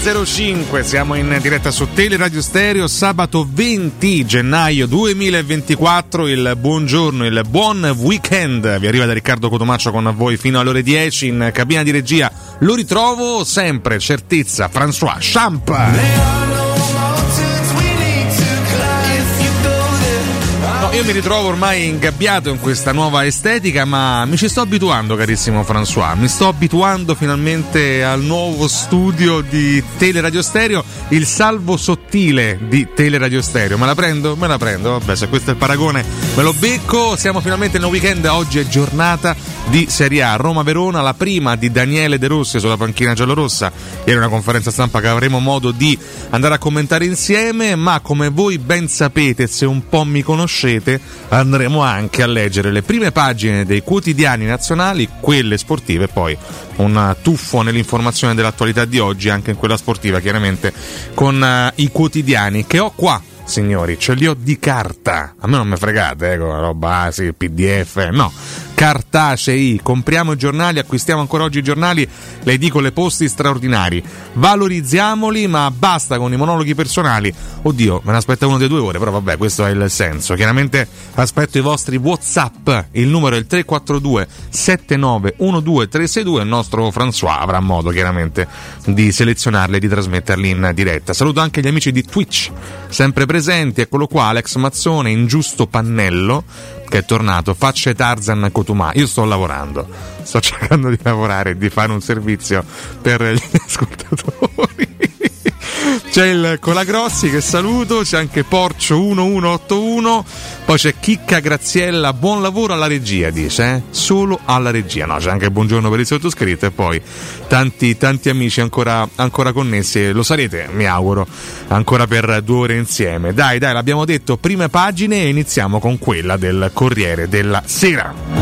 22:05, siamo in diretta su Teleradio Stereo, sabato 20 gennaio 2024, il buongiorno, il buon weekend vi arriva da Riccardo Cotomaccio con voi fino alle ore 10 in cabina di regia. Lo ritrovo sempre, certezza, François Champ. Io mi ritrovo ormai ingabbiato in questa nuova estetica, ma mi ci sto abituando, carissimo François. Mi sto abituando finalmente al nuovo studio di Teleradio Stereo, il salvo sottile di Teleradio Stereo. Me la prendo? Me la prendo. Vabbè, se questo è il paragone, me lo becco. Siamo finalmente nel weekend. Oggi è giornata di Serie A. Roma-Verona, la prima di Daniele De Rossi sulla panchina giallorossa. Ieri una conferenza stampa che avremo modo di andare a commentare insieme, ma come voi ben sapete, se un po' mi conoscete, andremo anche a leggere le prime pagine dei quotidiani nazionali, quelle sportive, e poi un tuffo nell'informazione dell'attualità di oggi, anche in quella sportiva, chiaramente con i quotidiani che ho qua. Signori, ce li ho di carta. A me non me fregate, con la roba, sì, PDF, no. Cartacei, compriamo i giornali, acquistiamo ancora oggi i giornali, le edicole posti straordinari, valorizziamoli, ma basta con i monologhi personali. Oddio, me ne aspetta uno di 2 ore, però vabbè, questo è il senso. Chiaramente aspetto i vostri WhatsApp, il numero è il 342 7912 362, il nostro François avrà modo chiaramente di selezionarli e di trasmetterli in diretta. Saluto anche gli amici di Twitch, sempre presenti, eccolo qua, Alex Mazzone, Ingiusto Pannello, che è tornato, Facce Tarzan Cotumà. Io sto lavorando, sto cercando di lavorare e di fare un servizio per gli ascoltatori. C'è il Colagrossi che saluto, c'è anche Porcio 1181, poi c'è Chicca Graziella, buon lavoro alla regia, dice, solo alla regia. No, c'è anche buongiorno per il sottoscritto, e poi tanti amici ancora connessi, lo sarete, mi auguro, ancora per 2 ore insieme. Dai, l'abbiamo detto, prime pagine, e iniziamo con quella del Corriere della Sera.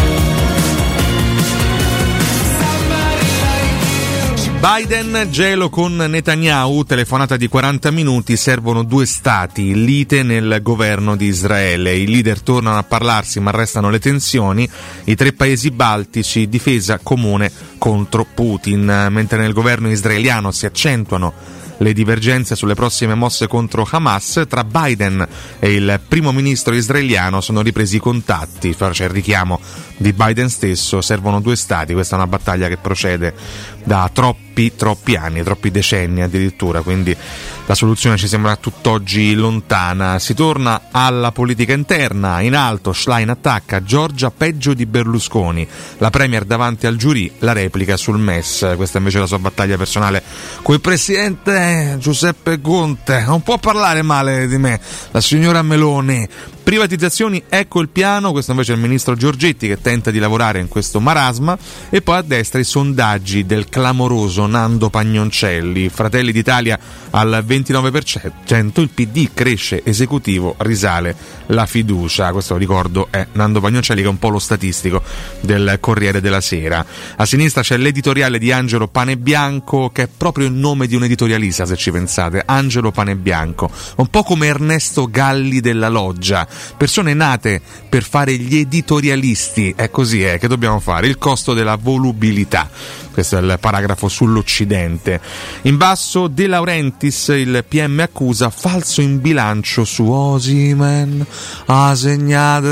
Biden, gelo con Netanyahu, telefonata di 40 minuti, servono 2 stati, lite nel governo di Israele. I leader tornano a parlarsi ma restano le tensioni, i 3 paesi baltici, difesa comune contro Putin, mentre nel governo israeliano si accentuano le divergenze sulle prossime mosse contro Hamas. Tra Biden e il primo ministro israeliano sono ripresi i contatti, c'è il richiamo di Biden stesso, servono 2 stati, questa è una battaglia che procede da troppi anni, troppi decenni addirittura, quindi la soluzione ci sembra tutt'oggi lontana. Si torna alla politica interna, in alto Schlein attacca Giorgia peggio di Berlusconi, la premier davanti al giurì, la replica sul MES, questa invece è la sua battaglia personale col presidente Giuseppe Conte, non può parlare male di me la signora Meloni. Privatizzazioni, ecco il piano, questo invece è il ministro Giorgetti che tenta di lavorare in questo marasma. E poi a destra i sondaggi del clamoroso Nando Pagnoncelli, Fratelli d'Italia al 29%, il PD cresce, esecutivo risale la fiducia. Questo lo ricordo è Nando Pagnoncelli, che è un po' lo statistico del Corriere della Sera. A sinistra c'è l'editoriale di Angelo Panebianco, che è proprio il nome di un editorialista, se ci pensate, Angelo Panebianco, un po' come Ernesto Galli della Loggia, persone nate per fare gli editorialisti. È così, che dobbiamo fare, il costo della volubilità. Questo è il paragrafo sull'Occidente. In basso De Laurentiis, il PM accusa falso in bilancio su Osimhen. Ha segnato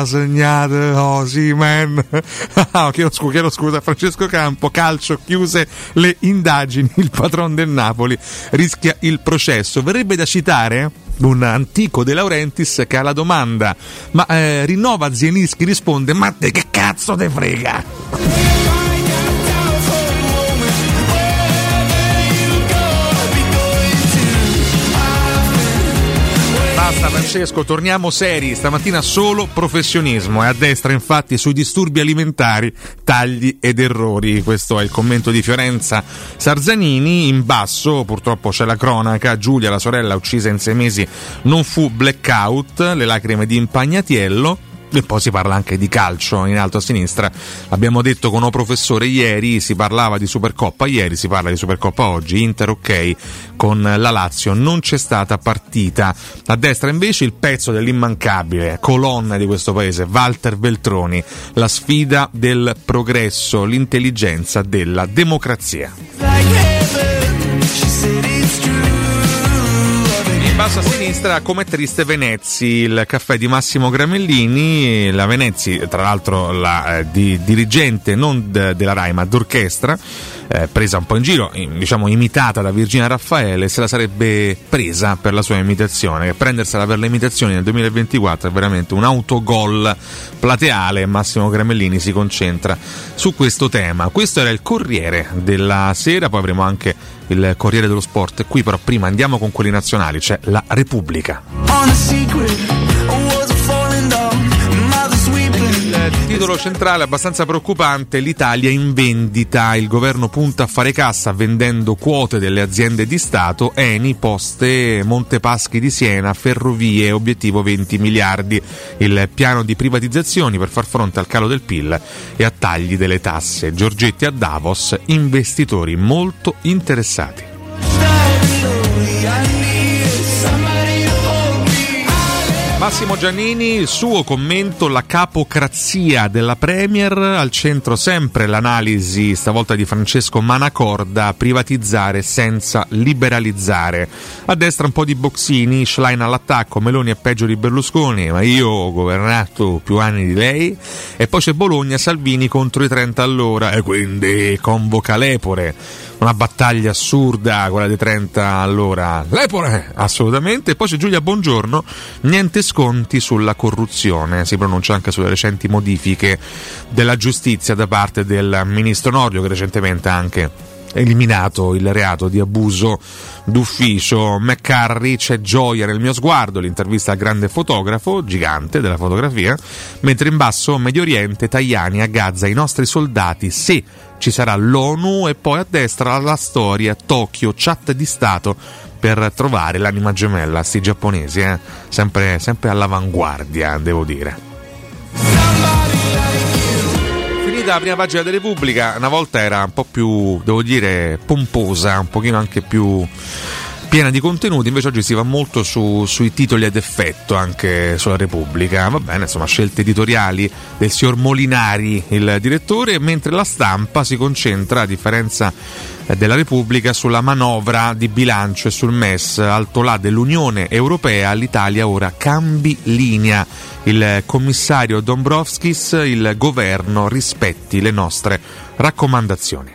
Osimhen. Chiedo scusa, Francesco Campo, calcio, chiuse le indagini, il patron del Napoli rischia il processo. Verrebbe da citare un antico De Laurentiis che alla domanda ma rinnova Zielinski risponde: ma te che cazzo te frega? Basta Francesco, torniamo seri, stamattina solo professionismo. E a destra infatti sui disturbi alimentari, tagli ed errori, questo è il commento di Fiorenza Sarzanini. In basso purtroppo c'è la cronaca, Giulia, la sorella uccisa in 6 mesi, non fu blackout, le lacrime di Impagnatiello. E poi si parla anche di calcio. In alto a sinistra abbiamo detto con O Professore ieri, si parlava di Supercoppa ieri, si parla di Supercoppa oggi, Inter ok con la Lazio, non c'è stata partita. A destra invece il pezzo dell'immancabile, colonna di questo paese, Walter Veltroni, la sfida del progresso, l'intelligenza della democrazia. basso a sinistra, Come triste Venezzi, il caffè di Massimo Gramellini. La Venezzi, tra l'altro la dirigente non della Rai ma d'orchestra, presa un po' in giro, diciamo imitata da Virginia Raffaele, se la sarebbe presa per la sua imitazione, che prendersela per le imitazioni nel 2024 è veramente un autogol plateale. Massimo Gramellini si concentra su questo tema. Questo era il Corriere della Sera, poi avremo anche il Corriere dello Sport qui, però prima andiamo con quelli nazionali, c'è la Repubblica. Il titolo centrale è abbastanza preoccupante: l'Italia in vendita, il governo punta a fare cassa vendendo quote delle aziende di Stato, Eni, Poste, Montepaschi di Siena, Ferrovie, obiettivo 20 miliardi, il piano di privatizzazioni per far fronte al calo del PIL e a tagli delle tasse. Giorgetti a Davos, investitori molto interessati. Massimo Giannini, il suo commento: la capocrazia della Premier, al centro sempre l'analisi stavolta di Francesco Manacorda, privatizzare senza liberalizzare. A destra un po' di Boxini, Schlein all'attacco, Meloni è peggio di Berlusconi, ma io ho governato più anni di lei. E poi c'è Bologna, Salvini contro i 30 all'ora e quindi convoca l'Epore. Una battaglia assurda quella dei 30 all'ora. L'Epore, assolutamente. E poi c'è Giulia Bongiorno, niente sconti sulla corruzione. Si pronuncia anche sulle recenti modifiche della giustizia da parte del ministro Nordio, che recentemente ha anche eliminato il reato di abuso d'ufficio. McCarry, c'è gioia nel mio sguardo, l'intervista al grande fotografo, gigante della fotografia. Mentre in basso Medio Oriente, Tajani a Gaza, i nostri soldati, se ci sarà l'ONU. E poi a destra la storia, Tokyo, chat di Stato per trovare l'anima gemella, sti giapponesi, sempre all'avanguardia, devo dire. Finita la prima pagina della Repubblica, una volta era un po' più, devo dire, pomposa, un pochino anche più piena di contenuti, invece oggi si va molto sui titoli ad effetto anche sulla Repubblica. Va bene, insomma, scelte editoriali del signor Molinari, il direttore, mentre la Stampa si concentra, a differenza della Repubblica, sulla manovra di bilancio e sul MES. Alto là dell'Unione Europea, l'Italia ora cambi linea. Il commissario Dombrovskis, il governo rispetti le nostre raccomandazioni.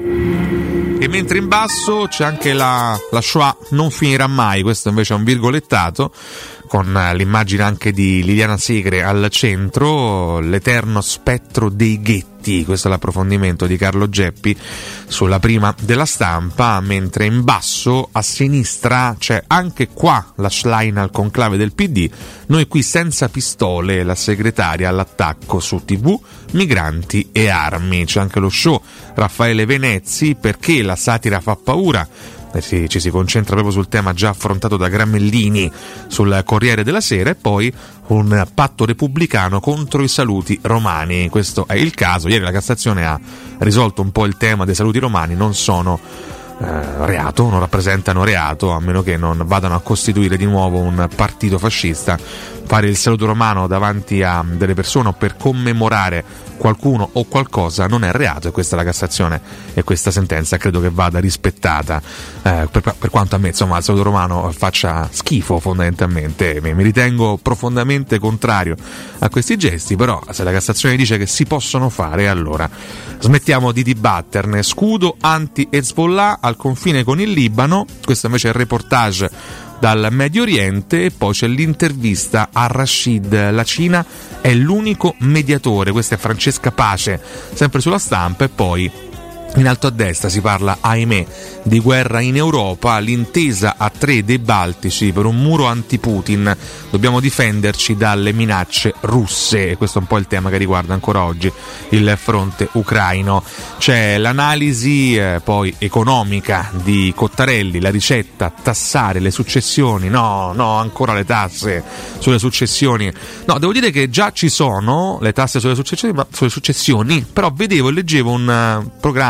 E mentre in basso c'è anche la Shoah non finirà mai, questo invece è un virgolettato, con l'immagine anche di Liliana Segre al centro, l'eterno spettro dei ghetti. Questo è l'approfondimento di Carlo Geppi sulla prima della Stampa, mentre in basso a sinistra c'è anche qua la Schlein al conclave del PD, noi qui senza pistole, la segretaria all'attacco su TV, migranti e armi. C'è anche lo show Raffaele Venezzi, perché la satira fa paura. Ci si concentra proprio sul tema già affrontato da Gramellini sul Corriere della Sera. E poi un patto repubblicano contro i saluti romani. Questo è il caso. Ieri la Cassazione ha risolto un po' il tema dei saluti romani, non sono reato, non rappresentano reato, a meno che non vadano a costituire di nuovo un partito fascista. Fare il saluto romano davanti a delle persone o per commemorare qualcuno o qualcosa non è reato, e questa è la Cassazione, e questa sentenza credo che vada rispettata, per quanto a me, insomma, il saluto romano faccia schifo fondamentalmente. Mi ritengo profondamente contrario a questi gesti, però se la Cassazione dice che si possono fare, allora smettiamo di dibatterne. Scudo anti-Hezbollah al confine con il Libano, questo invece è il reportage dal Medio Oriente. E poi c'è l'intervista a Rashid, la Cina è l'unico mediatore, questa è Francesca Pace sempre sulla Stampa. E poi in alto a destra si parla, ahimè, di guerra in Europa, l'intesa a 3 dei Baltici per un muro anti-Putin, dobbiamo difenderci dalle minacce russe, e questo è un po' il tema che riguarda ancora oggi il fronte ucraino. C'è l'analisi poi economica di Cottarelli, la ricetta: tassare le successioni, no, ancora le tasse sulle successioni, no, devo dire che già ci sono le tasse sulle successioni, però vedevo e leggevo un programma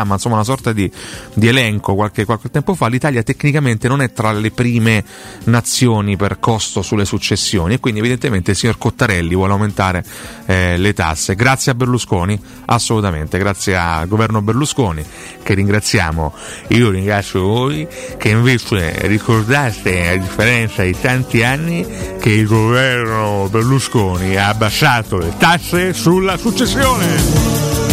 programma, insomma una sorta di elenco qualche tempo fa, l'Italia tecnicamente non è tra le prime nazioni per costo sulle successioni, e quindi evidentemente il signor Cottarelli vuole aumentare le tasse. Grazie a Berlusconi, assolutamente, grazie al governo Berlusconi, che ringraziamo. Io ringrazio voi che invece ricordate, a differenza di tanti anni, che il governo Berlusconi ha abbassato le tasse sulla successione.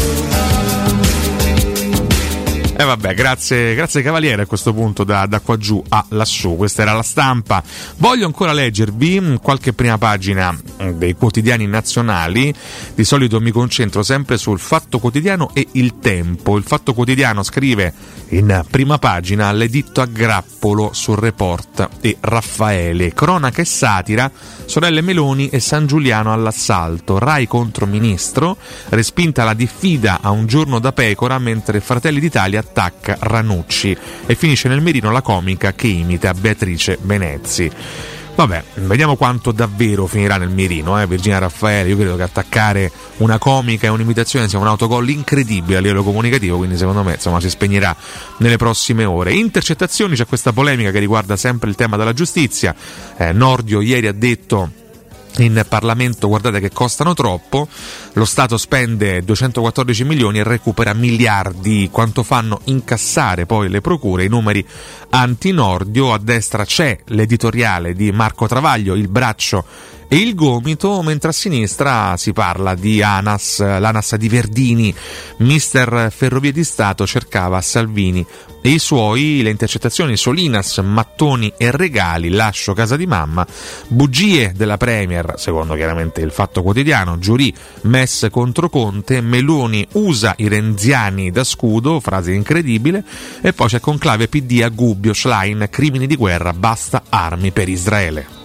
E vabbè, grazie Cavaliere a questo punto da qua giù a lassù. Questa era La Stampa. Voglio ancora leggervi qualche prima pagina dei quotidiani nazionali. Di solito mi concentro sempre sul Fatto Quotidiano e Il Tempo. Il Fatto Quotidiano scrive in prima pagina l'editto a grappolo sul Report e Raffaele. Cronaca e satira, sorelle Meloni e San Giuliano all'assalto. Rai contro ministro, respinta la diffida a Un giorno da pecora, mentre Fratelli d'Italia attacca Ranucci, e finisce nel mirino la comica che imita Beatrice Venezzi. Vabbè, vediamo quanto davvero finirà nel mirino, Virginia Raffaele. Io credo che attaccare una comica e un'imitazione sia un autogol incredibile a livello comunicativo, quindi secondo me insomma si spegnerà nelle prossime ore. Intercettazioni, c'è questa polemica che riguarda sempre il tema della giustizia. Nordio ieri ha detto in Parlamento: guardate che costano troppo, lo Stato spende 214 milioni e recupera miliardi. Quanto fanno incassare poi le procure? I numeri anti-Nordio. A destra c'è l'editoriale di Marco Travaglio, il braccio e il gomito, mentre a sinistra si parla di ANAS, l'ANAS di Verdini. Mister Ferrovie di Stato cercava Salvini e i suoi, le intercettazioni Solinas, mattoni e regali, lascio casa di mamma, bugie della Premier, secondo chiaramente il Fatto Quotidiano, giurì MES contro Conte, Meloni usa i renziani da scudo, frase incredibile, e poi c'è conclave PD a Gubbio, Schlein, crimini di guerra, basta armi per Israele.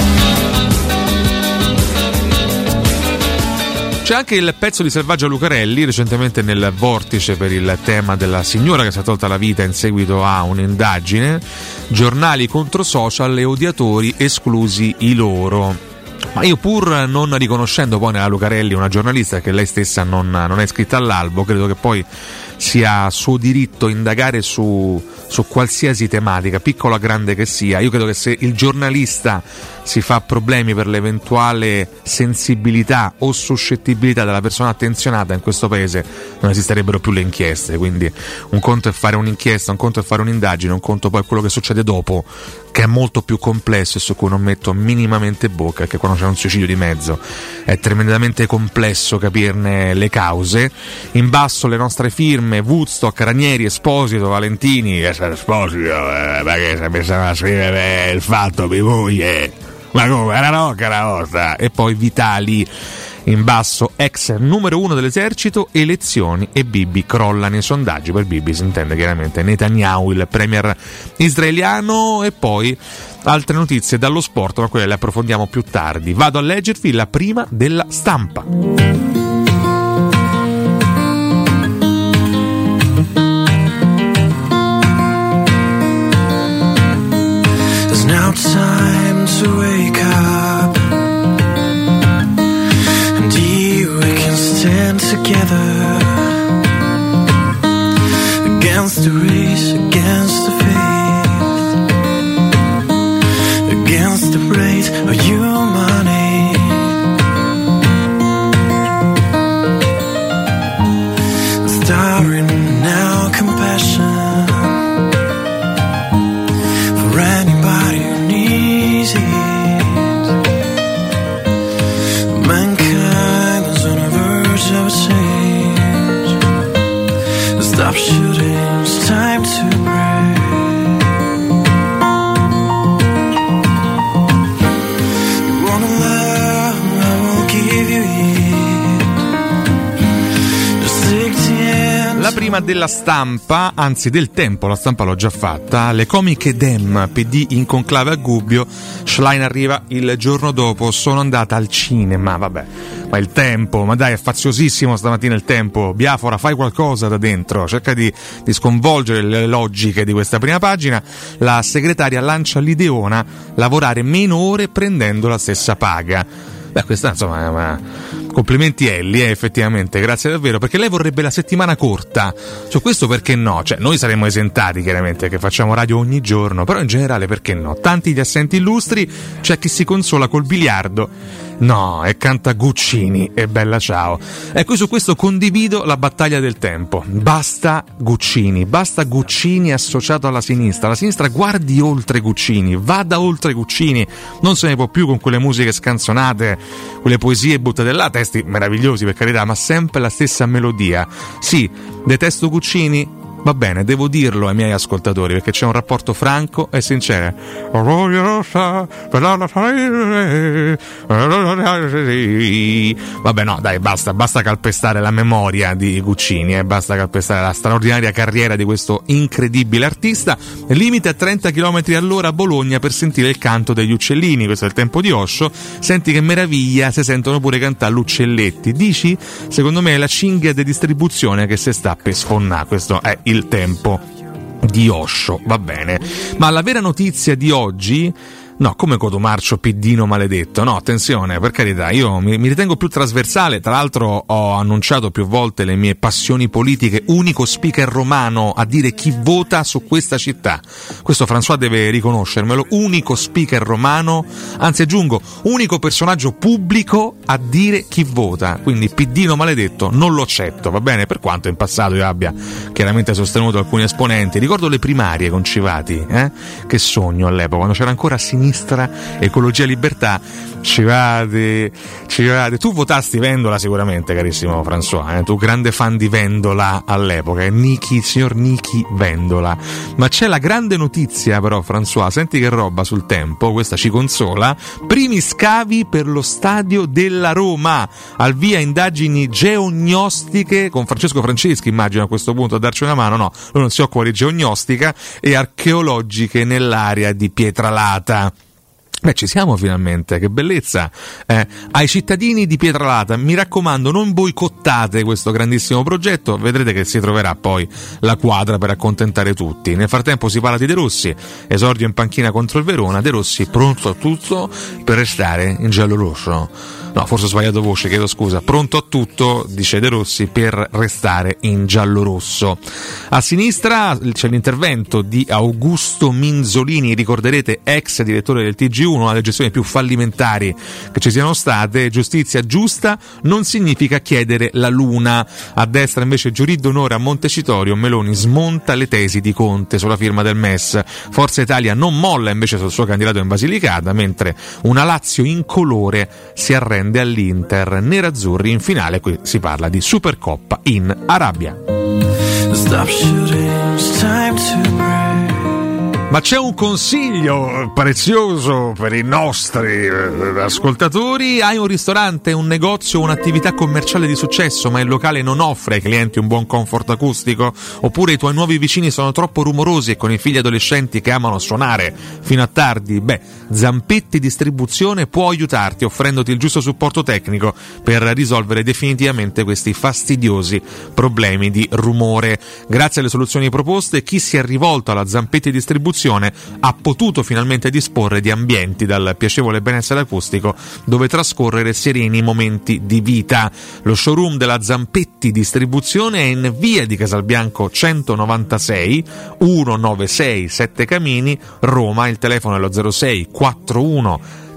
C'è anche il pezzo di Selvaggia Lucarelli, recentemente nel Vortice, per il tema della signora che si è tolta la vita in seguito a un'indagine. Giornali contro social e odiatori esclusi i loro. Ma io, pur non riconoscendo poi nella Lucarelli una giornalista che lei stessa non è iscritta all'albo, credo che poi sia suo diritto indagare su qualsiasi tematica, piccola o grande che sia. Io credo che se il giornalista si fa problemi per l'eventuale sensibilità o suscettibilità della persona attenzionata, in questo paese non esisterebbero più le inchieste. Quindi un conto è fare un'inchiesta, un conto è fare un'indagine, un conto poi è quello che succede dopo, che è molto più complesso e su cui non metto minimamente bocca, che quando c'è un suicidio di mezzo è tremendamente complesso capirne le cause. In basso le nostre firme: Woodstock, Ranieri, Esposito, Valentini. Esposito, perché si è messo a scrivere il Fatto di moglie, ma come era rocca la vostra? E poi Vitali in basso, ex numero 1 dell'esercito, elezioni e Bibi crolla nei sondaggi. Per Bibi si intende chiaramente Netanyahu, il premier israeliano. E poi altre notizie dallo sport, ma quelle le approfondiamo più tardi. Vado a leggervi la prima della Stampa. Now time to wake up, and we can stand together against the race, against the faith, against the rate of humanity. Starring now compassion for anybody who needs it. Mankind is on the verge of a change. Stop shooting, it's time to break. You wanna love, I will give you it. Just take the end. La prima della Stampa, anzi del Tempo, la Stampa l'ho già fatta. Le comiche Dem, PD in conclave a Gubbio, Schlein arriva il giorno dopo, sono andata al cinema. Vabbè, ma il Tempo, ma dai, è faziosissimo stamattina il Tempo. Biafora, fai qualcosa da dentro, cerca di sconvolgere le logiche di questa prima pagina. La segretaria lancia l'ideona: lavorare meno ore prendendo la stessa paga. Beh, questa insomma Complimenti Ellie, effettivamente, grazie davvero, perché lei vorrebbe la settimana corta. Su questo perché no? Cioè, noi saremmo esentati chiaramente che facciamo radio ogni giorno, però in generale perché no? Tanti gli assenti illustri, c'è chi si consola col biliardo. No, e canta Guccini e bella ciao. Ecco, su questo condivido la battaglia del tempo. Basta Guccini associato alla sinistra. La sinistra guardi oltre Guccini, vada oltre Guccini, non se ne può più con quelle musiche scanzonate, quelle poesie buttate là, testi meravigliosi per carità, ma sempre la stessa melodia. Sì, detesto Guccini, va bene, devo dirlo ai miei ascoltatori perché c'è un rapporto franco e sincero. Vabbè, no, dai, basta calpestare la memoria di Guccini, basta calpestare la straordinaria carriera di questo incredibile artista. Limite a 30 km all'ora a Bologna per sentire il canto degli uccellini. Questo è il tempo di Osho. Senti che meraviglia, si sentono pure cantare l'uccelletti. Dici? Secondo me è la cinghia di distribuzione che si sta per sfonnare. Questo è il tempo di Osho, va bene. Ma la vera notizia di oggi, no, come Cotomarcio piddino maledetto, no, attenzione, per carità, io mi ritengo più trasversale, tra l'altro ho annunciato più volte le mie passioni politiche, unico speaker romano a dire chi vota su questa città, questo François deve riconoscermelo, unico speaker romano, anzi aggiungo, unico personaggio pubblico a dire chi vota, quindi piddino maledetto non lo accetto, va bene, per quanto in passato io abbia chiaramente sostenuto alcuni esponenti, ricordo le primarie con Civati, che sogno all'epoca, quando c'era ancora sinistra, ecologia, libertà, Civati, tu votasti Vendola sicuramente, carissimo François, tu grande fan di Vendola all'epoca, signor Niki Vendola, ma c'è la grande notizia però François, senti che roba sul tempo, questa ci consola, primi scavi per lo stadio della Roma, al via indagini geognostiche con Francesco Franceschi, immagino a questo punto a darci una mano, no, lui non si occupa di geognostica, e archeologiche nell'area di Pietralata. Beh, ci siamo finalmente, che bellezza. Ai cittadini di Pietralata, mi raccomando, non boicottate questo grandissimo progetto, vedrete che si troverà poi la quadra per accontentare tutti. Nel frattempo si parla di De Rossi, esordio in panchina contro il Verona, De Rossi pronto a tutto per restare in giallorosso. No, forse ho sbagliato voce, chiedo scusa. Pronto a tutto, dice De Rossi, per restare in giallorosso. A sinistra c'è l'intervento di Augusto Minzolini, ricorderete, ex direttore del TG1, una delle gestioni più fallimentari che ci siano state. Giustizia giusta non significa chiedere la luna. A destra invece giurì d'onore a Montecitorio, Meloni smonta le tesi di Conte sulla firma del MES. Forza Italia non molla invece sul suo candidato in Basilicata, mentre una Lazio incolore si arrende all'Inter. Nerazzurri in finale, qui si parla di Supercoppa in Arabia. Stop shooting, it's time to break. Ma c'è un consiglio prezioso per i nostri ascoltatori: hai un ristorante, un negozio, un'attività commerciale di successo, ma il locale non offre ai clienti un buon comfort acustico? Oppure i tuoi nuovi vicini sono troppo rumorosi e con i figli adolescenti che amano suonare fino a tardi? Beh, Zampetti Distribuzione può aiutarti offrendoti il giusto supporto tecnico per risolvere definitivamente questi fastidiosi problemi di rumore. Grazie alle soluzioni proposte, chi si è rivolto alla Zampetti Distribuzione ha potuto finalmente disporre di ambienti dal piacevole benessere acustico dove trascorrere sereni momenti di vita. Lo showroom della Zampetti Distribuzione è in via di Casalbianco 196 196 Sette Camini, Roma. Il telefono è lo 06 41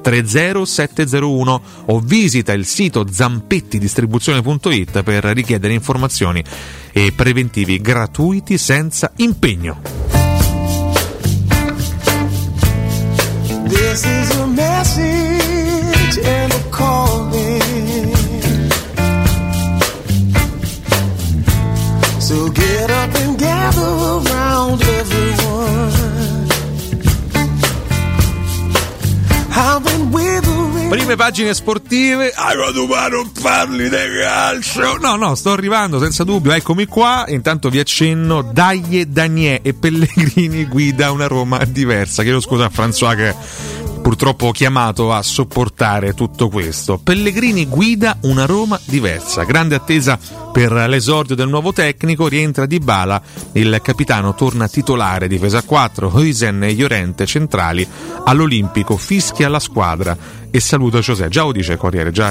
30701 o visita il sito zampettidistribuzione.it per richiedere informazioni e preventivi gratuiti senza impegno. This is a message and a calling. So get up and gather around everyone. I've been withering. Prime pagine sportive. Quando non parli di calcio. No, sto arrivando senza dubbio, eccomi qua. Intanto vi accenno Daglie Danier e Pellegrini guida una Roma diversa. Chiedo scusa a François che purtroppo chiamato a sopportare tutto questo. Pellegrini guida una Roma diversa, grande attesa per l'esordio del nuovo tecnico, rientra Dybala, il capitano torna titolare, difesa a 4, Huijsen e Llorente centrali, all'Olimpico fischia la squadra e saluta José. Già lo dice il Corriere, già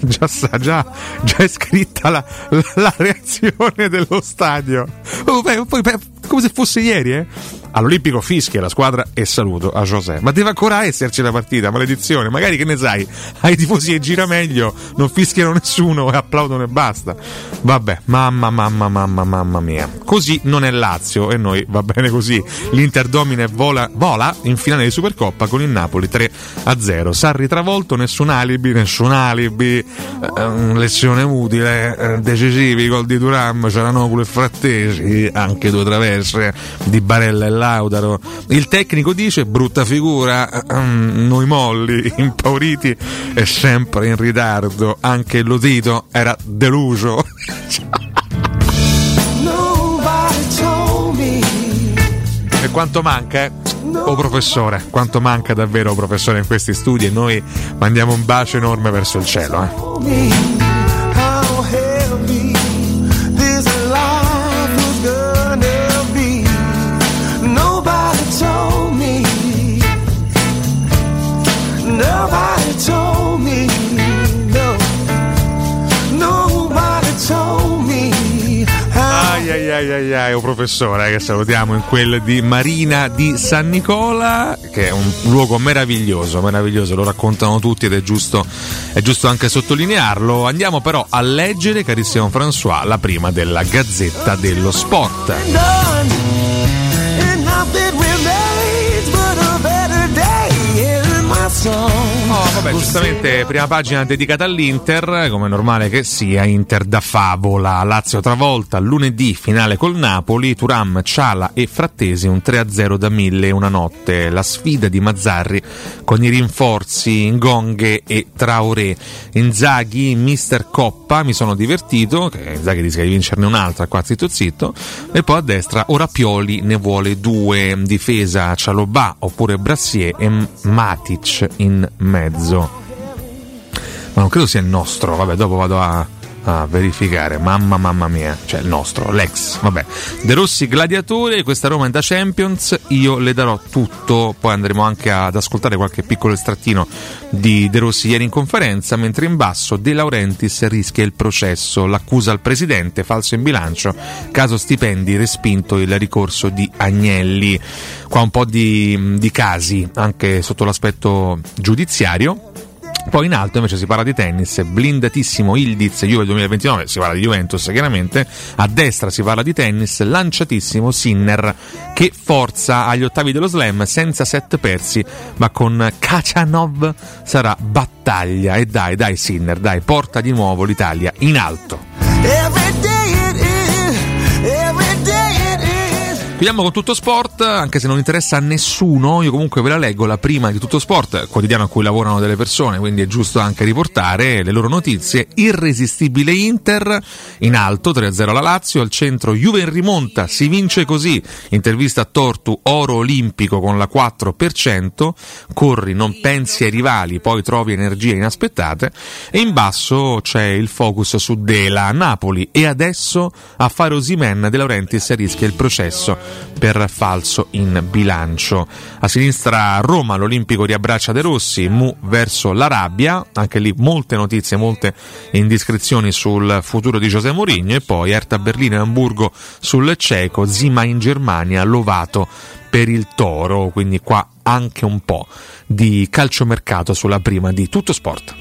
è scritta la reazione dello stadio. Poi, come se fosse ieri, All'Olimpico fischia la squadra e saluto a José. Ma deve ancora esserci la partita, maledizione. Magari, che ne sai, ai tifosi e gira meglio, non fischiano nessuno e applaudono e basta. Vabbè, mamma mia. Così non è Lazio e noi va bene così. L'Inter domina e vola in finale di Supercoppa con il Napoli 3-0. Sarri travolto, nessun alibi, lezione utile, decisivi, gol di Thuram, Cialanoglu e Frattesi, anche 2 traverse di Barella e Lautaro. Il tecnico dice: brutta figura, noi molli, impauriti e sempre in ritardo. Anche Lotito era deluso. E quanto manca, professore, quanto manca davvero, professore, in questi studi, e noi mandiamo un bacio enorme verso il cielo. Oh professore, che salutiamo in quel di Marina di San Nicola, che è un luogo meraviglioso, lo raccontano tutti ed è giusto anche sottolinearlo. Andiamo però a leggere, carissimo François, la prima della Gazzetta dello Sport. Giustamente prima pagina dedicata all'Inter, come è normale che sia, Inter da favola, Lazio travolta, lunedì finale col Napoli, Thuram, Ciala e Frattesi, un 3-0 da 1000 una notte, la sfida di Mazzarri con i rinforzi Ngonghe e Traoré. Inzaghi, mister Coppa, mi sono divertito, che Inzaghi rischia di vincerne un'altra, qua zitto, e poi a destra ora Pioli ne vuole 2, difesa Cialobà oppure Brassier e Matic in mezzo. Ma non credo sia il nostro, vabbè, dopo vado a verificare. Mamma mia, cioè il nostro, l'ex, vabbè. De Rossi gladiatore, questa Roma è da Champions, io le darò tutto. Poi andremo anche ad ascoltare qualche piccolo estrattino di De Rossi ieri in conferenza, mentre in basso De Laurentiis rischia il processo, l'accusa al presidente, falso in bilancio, caso stipendi, respinto il ricorso di Agnelli. Qua un po' di casi anche sotto l'aspetto giudiziario. Poi in alto invece si parla di tennis, blindatissimo Ildiz, Juve 2029, si parla di Juventus chiaramente, a destra si parla di tennis, lanciatissimo Sinner che forza agli ottavi dello Slam senza set persi, ma con Khachanov sarà battaglia. E dai Sinner, dai, porta di nuovo l'Italia in alto. Chiudiamo con Tutto Sport, anche se non interessa a nessuno, io comunque ve la leggo, la prima di Tutto Sport, quotidiano a cui lavorano delle persone, quindi è giusto anche riportare le loro notizie. Irresistibile Inter, in alto 3-0 alla Lazio, al centro Juve in rimonta, si vince così, intervista a Tortu, oro olimpico con la 4%, corri, non pensi ai rivali, poi trovi energie inaspettate, e in basso c'è il focus su Dela, Napoli, e adesso a fare Osimhen, De Laurentiis rischia il processo per falso in bilancio. A sinistra Roma, l'Olimpico riabbraccia De Rossi, Mu verso l'Arabia, anche lì molte notizie, molte indiscrezioni sul futuro di José Mourinho, e poi Hertha Berlino e Hamburgo sul ceco, Zima in Germania, Lovato per il Toro, quindi qua anche un po' di calciomercato sulla prima di Tutto Sport.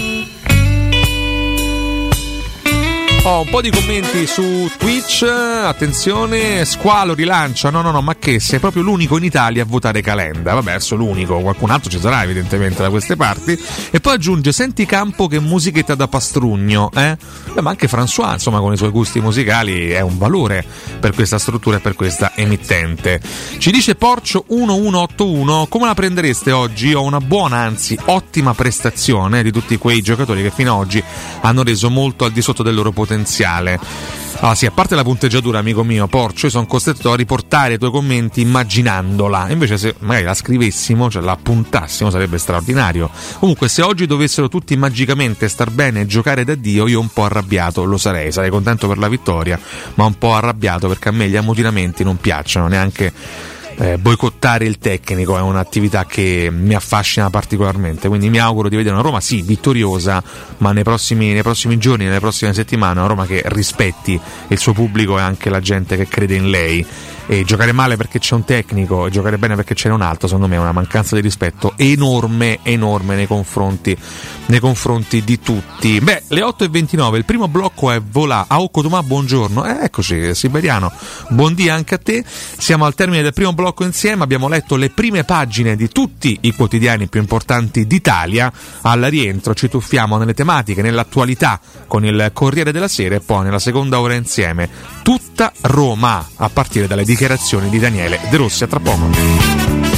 Un po' di commenti su Twitch, attenzione, Squalo rilancia, no, ma che sei proprio l'unico in Italia a votare Calenda, vabbè, adesso l'unico, qualcun altro ci sarà evidentemente da queste parti, e poi aggiunge, senti Campo che musichetta da pastrugno, ma anche François, insomma, con i suoi gusti musicali è un valore per questa struttura e per questa emittente. Ci dice Porcio 1181, come la prendereste oggi? Ho una buona, anzi ottima prestazione di tutti quei giocatori che fino ad oggi hanno reso molto al di sotto del loro potere. potenziale. Ah sì, a parte la punteggiatura, amico mio, porcio, io sono costretto a riportare i tuoi commenti immaginandola. Invece se magari la scrivessimo, cioè la appuntassimo, sarebbe straordinario. Comunque se oggi dovessero tutti magicamente star bene e giocare da Dio, io un po' arrabbiato lo sarei contento per la vittoria, ma un po' arrabbiato perché a me gli ammutinamenti non piacciono, neanche boicottare il tecnico è un'attività che mi affascina particolarmente, quindi mi auguro di vedere una Roma sì vittoriosa, ma nei prossimi giorni, nelle prossime settimane, una Roma che rispetti il suo pubblico e anche la gente che crede in lei. E giocare male perché c'è un tecnico e giocare bene perché c'è un altro, secondo me è una mancanza di rispetto enorme nei confronti di tutti. Beh, le 8:29, il primo blocco è Volà. Aocco Tomà, buongiorno. Eccoci, Siberiano, buon dia anche a te. Siamo al termine del primo blocco insieme, abbiamo letto le prime pagine di tutti i quotidiani più importanti d'Italia. Al rientro ci tuffiamo nelle tematiche, nell'attualità con il Corriere della Sera e poi nella seconda ora insieme tutta Roma, a partire dalle dichiarazioni di Daniele De Rossi. A tra poco.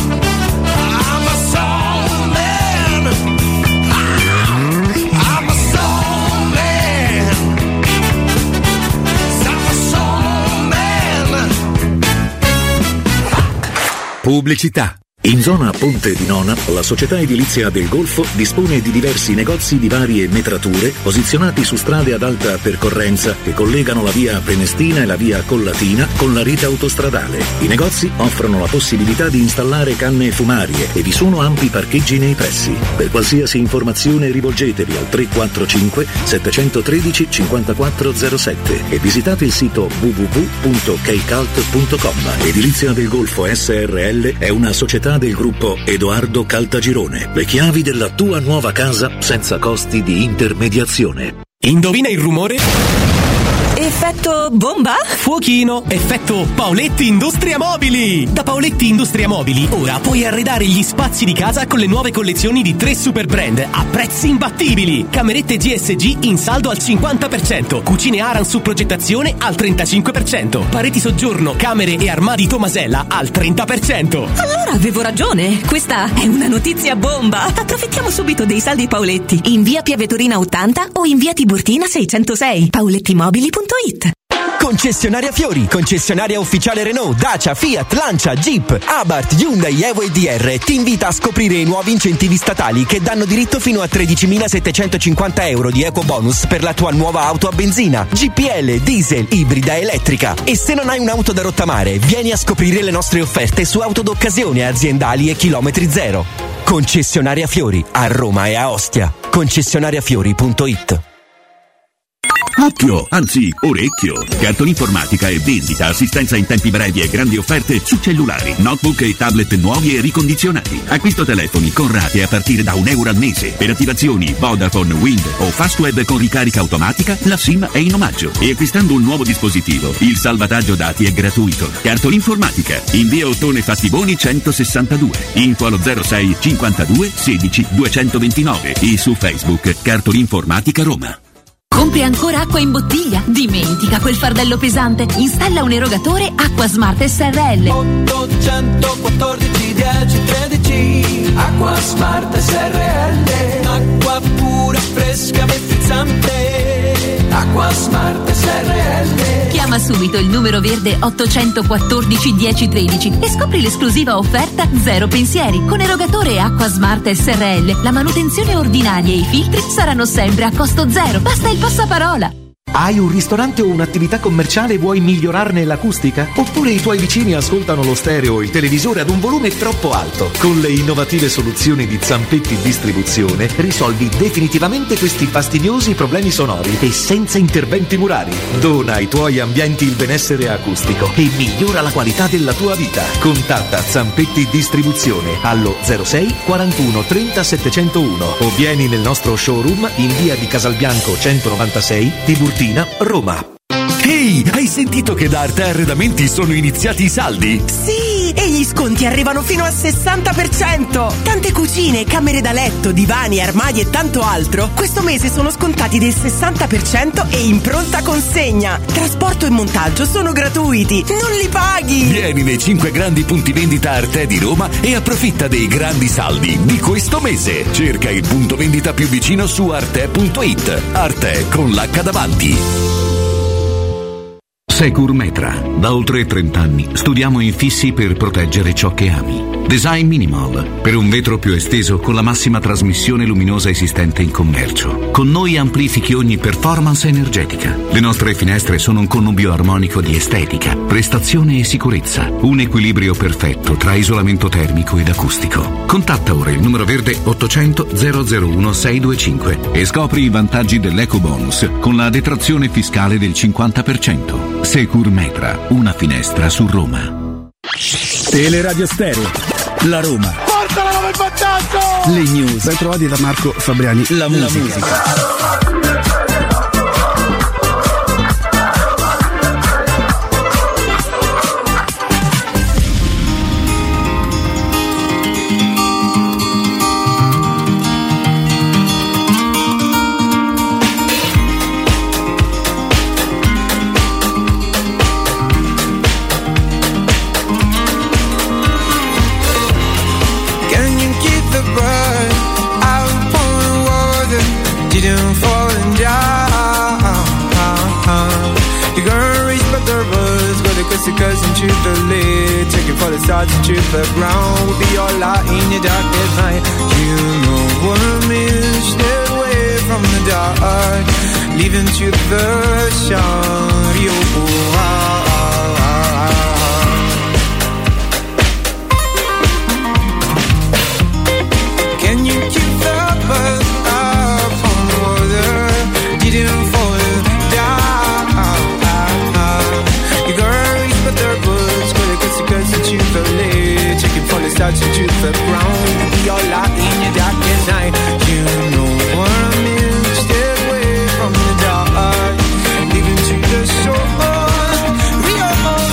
Pubblicità. In zona Ponte di Nona, la società edilizia del Golfo dispone di diversi negozi di varie metrature posizionati su strade ad alta percorrenza che collegano la via Prenestina e la via Collatina con la rete autostradale. I negozi offrono la possibilità di installare canne fumarie e vi sono ampi parcheggi nei pressi. Per qualsiasi informazione rivolgetevi al 345 713 5407 e visitate il sito www.keicalt.com. Edilizia del Golfo SRL è una società del gruppo Edoardo Caltagirone. Le chiavi della tua nuova casa senza costi di intermediazione. Indovina il rumore? Effetto bomba? Fuochino, effetto Paoletti Industria Mobili. Da Paoletti Industria Mobili ora puoi arredare gli spazi di casa con le nuove collezioni di 3 super brand a prezzi imbattibili. Camerette GSG in saldo al 50%, cucine Aran su progettazione al 35%, pareti soggiorno, camere e armadi Tomasella al 30%. Allora avevo ragione, questa è una notizia bomba. Approfittiamo subito dei saldi Paoletti in via Piavetorina 80 o in via Tiburtina 606. paolettimobili.it. Concessionaria Fiori, concessionaria ufficiale Renault, Dacia, Fiat, Lancia, Jeep, Abarth, Hyundai, Evo e DR ti invita a scoprire i nuovi incentivi statali che danno diritto fino a 13.750 euro di eco bonus per la tua nuova auto a benzina, GPL, diesel, ibrida, elettrica. E se non hai un'auto da rottamare, vieni a scoprire le nostre offerte su auto d'occasione, aziendali e chilometri zero. Concessionaria Fiori, a Roma e a Ostia. Concessionariafiori.it. Occhio, anzi orecchio. Cartolinformatica e vendita, assistenza in tempi brevi e grandi offerte su cellulari, notebook e tablet nuovi e ricondizionati. Acquisto telefoni con rate a partire da €1 al mese. Per attivazioni Vodafone, Wind o Fastweb con ricarica automatica, la SIM è in omaggio. E acquistando un nuovo dispositivo, il salvataggio dati è gratuito. Cartolinformatica, in via Ottone Fattiboni 162. Info allo 06 52 16 229 e su Facebook Cartolinformatica Roma. Compri ancora acqua in bottiglia? Dimentica quel fardello pesante. Installa un erogatore Acqua Smart SRL. 814 10 13. Acqua Smart SRL. Acqua pura, fresca, frizzante. Acqua Smart SRL. Chiama subito il numero verde 814 10 13 e scopri l'esclusiva offerta Zero Pensieri. Con erogatore Acqua Smart SRL la manutenzione ordinaria e i filtri saranno sempre a costo zero. Basta il passaparola. Hai un ristorante o un'attività commerciale e vuoi migliorarne l'acustica? Oppure i tuoi vicini ascoltano lo stereo o il televisore ad un volume troppo alto? Con le innovative soluzioni di Zampetti Distribuzione risolvi definitivamente questi fastidiosi problemi sonori e senza interventi murari. Dona ai tuoi ambienti il benessere acustico e migliora la qualità della tua vita. Contatta Zampetti Distribuzione allo 06 41 30 701 o vieni nel nostro showroom in via di Casalbianco 196 Tiburtina, Roma. Ehi, hai sentito che da Arte Arredamenti sono iniziati i saldi? Sì, e gli gli sconti arrivano fino al 60%. Tante cucine, camere da letto, divani, armadi e tanto altro questo mese sono scontati del 60% e in pronta consegna. Trasporto e montaggio sono gratuiti, non li paghi. Vieni nei 5 grandi punti vendita Arte di Roma e approfitta dei grandi saldi di questo mese. Cerca il punto vendita più vicino su arte.it. Arte con l'H davanti. Securmetra. Da oltre 30 anni studiamo infissi per proteggere ciò che ami. Design minimal, per un vetro più esteso con la massima trasmissione luminosa esistente in commercio. Con noi amplifichi ogni performance energetica. Le nostre finestre sono un connubio armonico di estetica, prestazione e sicurezza. Un equilibrio perfetto tra isolamento termico ed acustico. Contatta ora il numero verde 800 001 625 e scopri i vantaggi dell'EcoBonus con la detrazione fiscale del 50%. Securmetra, una finestra su Roma. Teleradio Stereo, la Roma. Portala come il vantaggio! Le news. Ben trovati da Marco Fabriani. La musica. Didn't fall and down. You're gonna reach but the buzz, go to kiss your cousin to the lid. Taking for the stars into the ground. We'll be all out in your darkest night. You know what I mean. Stay away from the dark, leaving to the sun. You can you keep the buzz? Didn't fall down. You're gonna reach but the boots, gonna kiss your cousin to the lid. Taking for the stars into the ground. We'll be all out in your darkest night. You know what I mean. Stay away from the dark, leaving to the shore. We all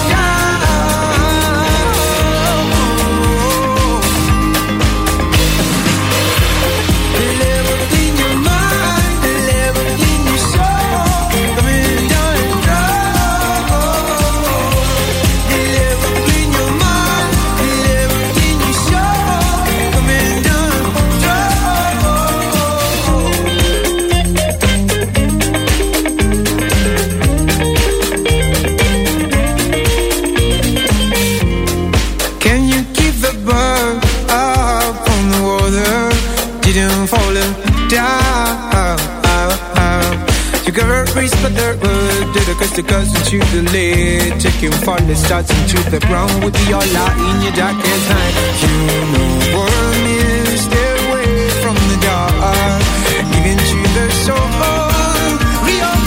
but the wood did a kiss the cousin to the lid. Taking falling starts into the ground. We'll be all out in your darkest night. You know what I mean. Stay away from the dark, even to the soul. We all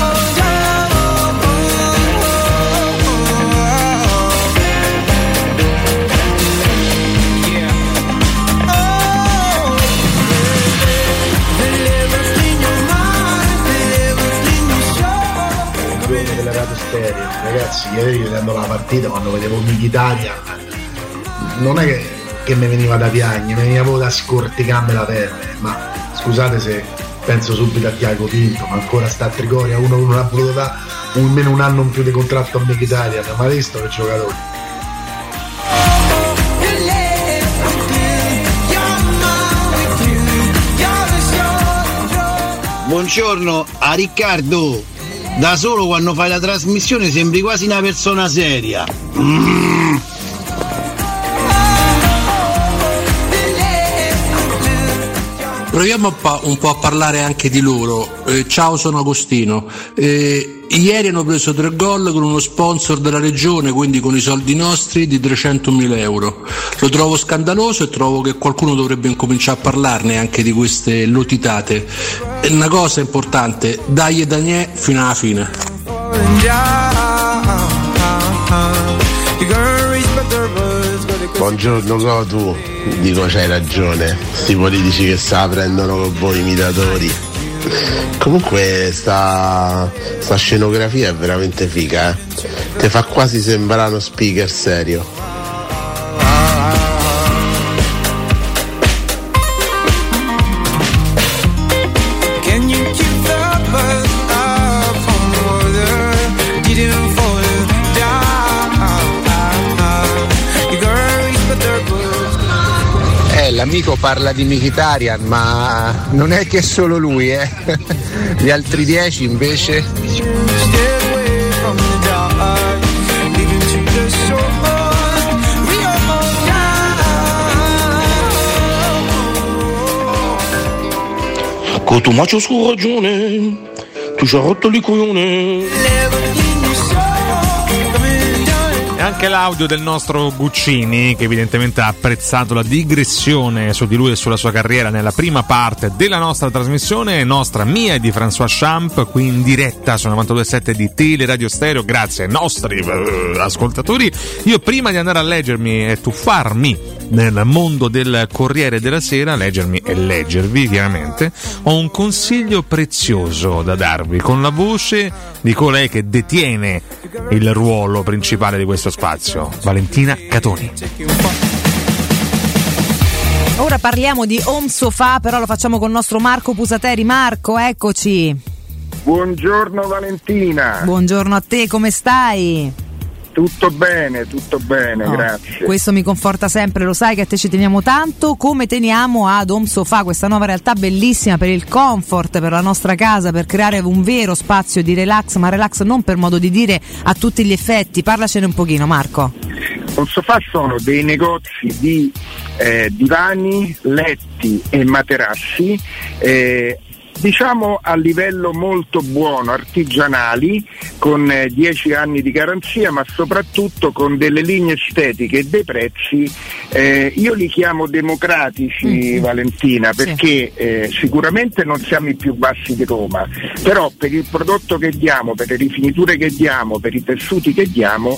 Stereo. Ragazzi, ieri vedendo la partita, quando vedevo Mkhitaryan, non è che mi veniva da piangere, mi veniva proprio da scorticarmi la pelle. Ma scusate se penso subito a Thiago Pinto, ma ancora sta a Trigoria, uno non ha voluto dare almeno un anno in più di contratto a Mkhitaryan, ma visto che giocatore. Buongiorno a Riccardo. Da solo quando fai la trasmissione sembri quasi una persona seria. Proviamo un po' a parlare anche di loro. Ciao, sono Agostino. Ieri hanno preso 3 gol con uno sponsor della regione, quindi con i soldi nostri, di 300.000 euro. Lo trovo scandaloso e trovo che qualcuno dovrebbe incominciare a parlarne anche di queste lotitate. Una cosa importante, dai Daniè fino alla fine. Buongiorno Cotu, dico c'hai ragione, sti politici che se la prendono con voi imitatori. Comunque sta scenografia è veramente figa, Ti fa quasi sembrare uno speaker serio. l'amico parla di Mkhitaryan, ma non è che è solo lui, Gli altri 10 invece. Cotumaccio su ragione, tu ci hai rotto i coglioni. E anche l'audio del nostro Guccini, che evidentemente ha apprezzato la digressione su di lui e sulla sua carriera nella prima parte della nostra trasmissione, nostra, mia e di François Champ, qui in diretta su 92.7 di Tele Radio Stereo, grazie ai nostri ascoltatori. Io, prima di andare a leggermi e tuffarmi nel mondo del Corriere della Sera, leggermi e leggervi chiaramente, ho un consiglio prezioso da darvi, con la voce di colei che detiene il ruolo principale di questo spazio, Valentina Catoni. Ora parliamo di Home Sofà, però lo facciamo con il nostro Marco Pusateri. Marco, eccoci. Buongiorno Valentina. Buongiorno a te, come stai? Tutto bene, grazie. Questo mi conforta sempre, lo sai che a te ci teniamo tanto, come teniamo ad Home Sofà, questa nuova realtà bellissima per il comfort, per la nostra casa, per creare un vero spazio di relax, ma relax non per modo di dire a tutti gli effetti. Parlacene un pochino, Marco. Home Sofà sono dei negozi di divani, letti e materassi, diciamo a livello molto buono, artigianali, con 10 anni di garanzia, ma soprattutto con delle linee estetiche e dei prezzi, io li chiamo democratici, Valentina, perché sicuramente non siamo i più bassi di Roma, però per il prodotto che diamo, per le rifiniture che diamo, per i tessuti che diamo,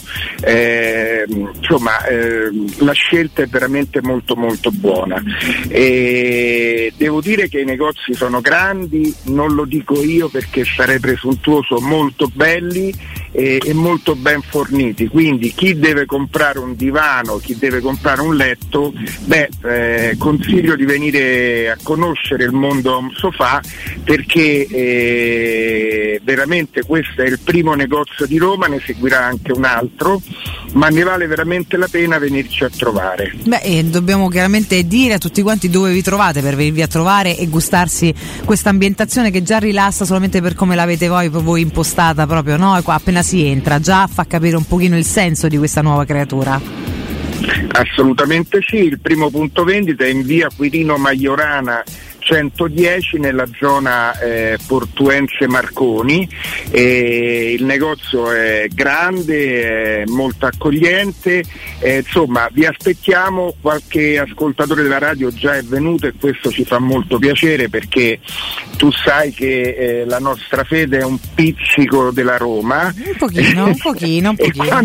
la scelta è veramente molto molto buona. E devo dire che i negozi sono grandi, non lo dico io perché sarei presuntuoso, molto belli e molto ben forniti, quindi chi deve comprare un divano, chi deve comprare un letto, consiglio di venire a conoscere il mondo Home Sofà, perché veramente questo è il primo negozio di Roma, ne seguirà anche un altro, ma ne vale veramente la pena venirci a trovare. Dobbiamo chiaramente dire a tutti quanti dove vi trovate per venirvi a trovare e gustarsi questa ambientazione che già rilassa solamente per come l'avete voi impostata proprio, no? E qua appena si entra già fa capire un pochino il senso di questa nuova creatura. Assolutamente sì, il primo punto vendita è in via Quirino Majorana 110 nella zona Portuense Marconi, il negozio è grande, è molto accogliente, insomma vi aspettiamo. Qualche ascoltatore della radio già è venuto e questo ci fa molto piacere, perché tu sai che la nostra fede è un pizzico della Roma, un pochino.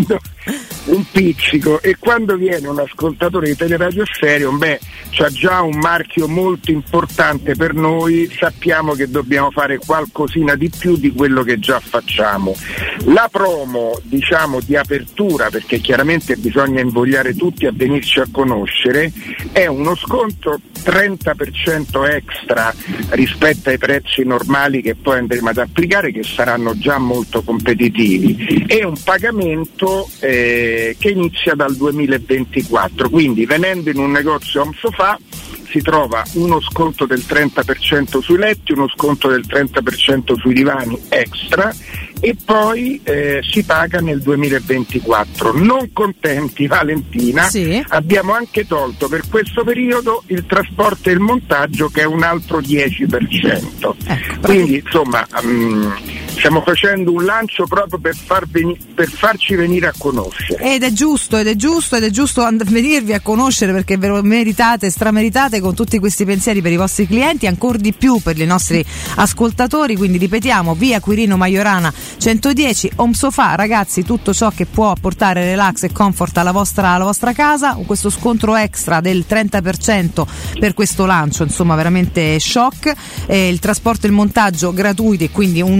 Un pizzico, e quando viene un ascoltatore di Teleradio Stereo, c'ha già un marchio molto importante per noi, sappiamo che dobbiamo fare qualcosina di più di quello che già facciamo. La promo, diciamo, di apertura, perché chiaramente bisogna invogliare tutti a venirci a conoscere, è uno sconto 30% extra rispetto ai prezzi normali che poi andremo ad applicare, che saranno già molto competitivi, e un pagamento che inizia dal 2024, quindi venendo in un negozio Home Sofà si trova uno sconto del 30% sui letti, uno sconto del 30% sui divani extra, e poi si paga nel 2024. Non contenti, Valentina, abbiamo anche tolto per questo periodo il trasporto e il montaggio, che è un altro 10%. Quindi insomma stiamo facendo un lancio proprio per farci venire a conoscere. Ed è giusto venirvi a conoscere, perché ve lo meritate, strameritate, con tutti questi pensieri per i vostri clienti, ancora di più per i nostri ascoltatori. Quindi ripetiamo, via Quirino Majorana 110, Home Sofà, ragazzi, tutto ciò che può portare relax e comfort alla vostra casa, con questo scontro extra del 30% per questo lancio, insomma veramente shock, il trasporto e il montaggio gratuiti, e quindi un ulteriore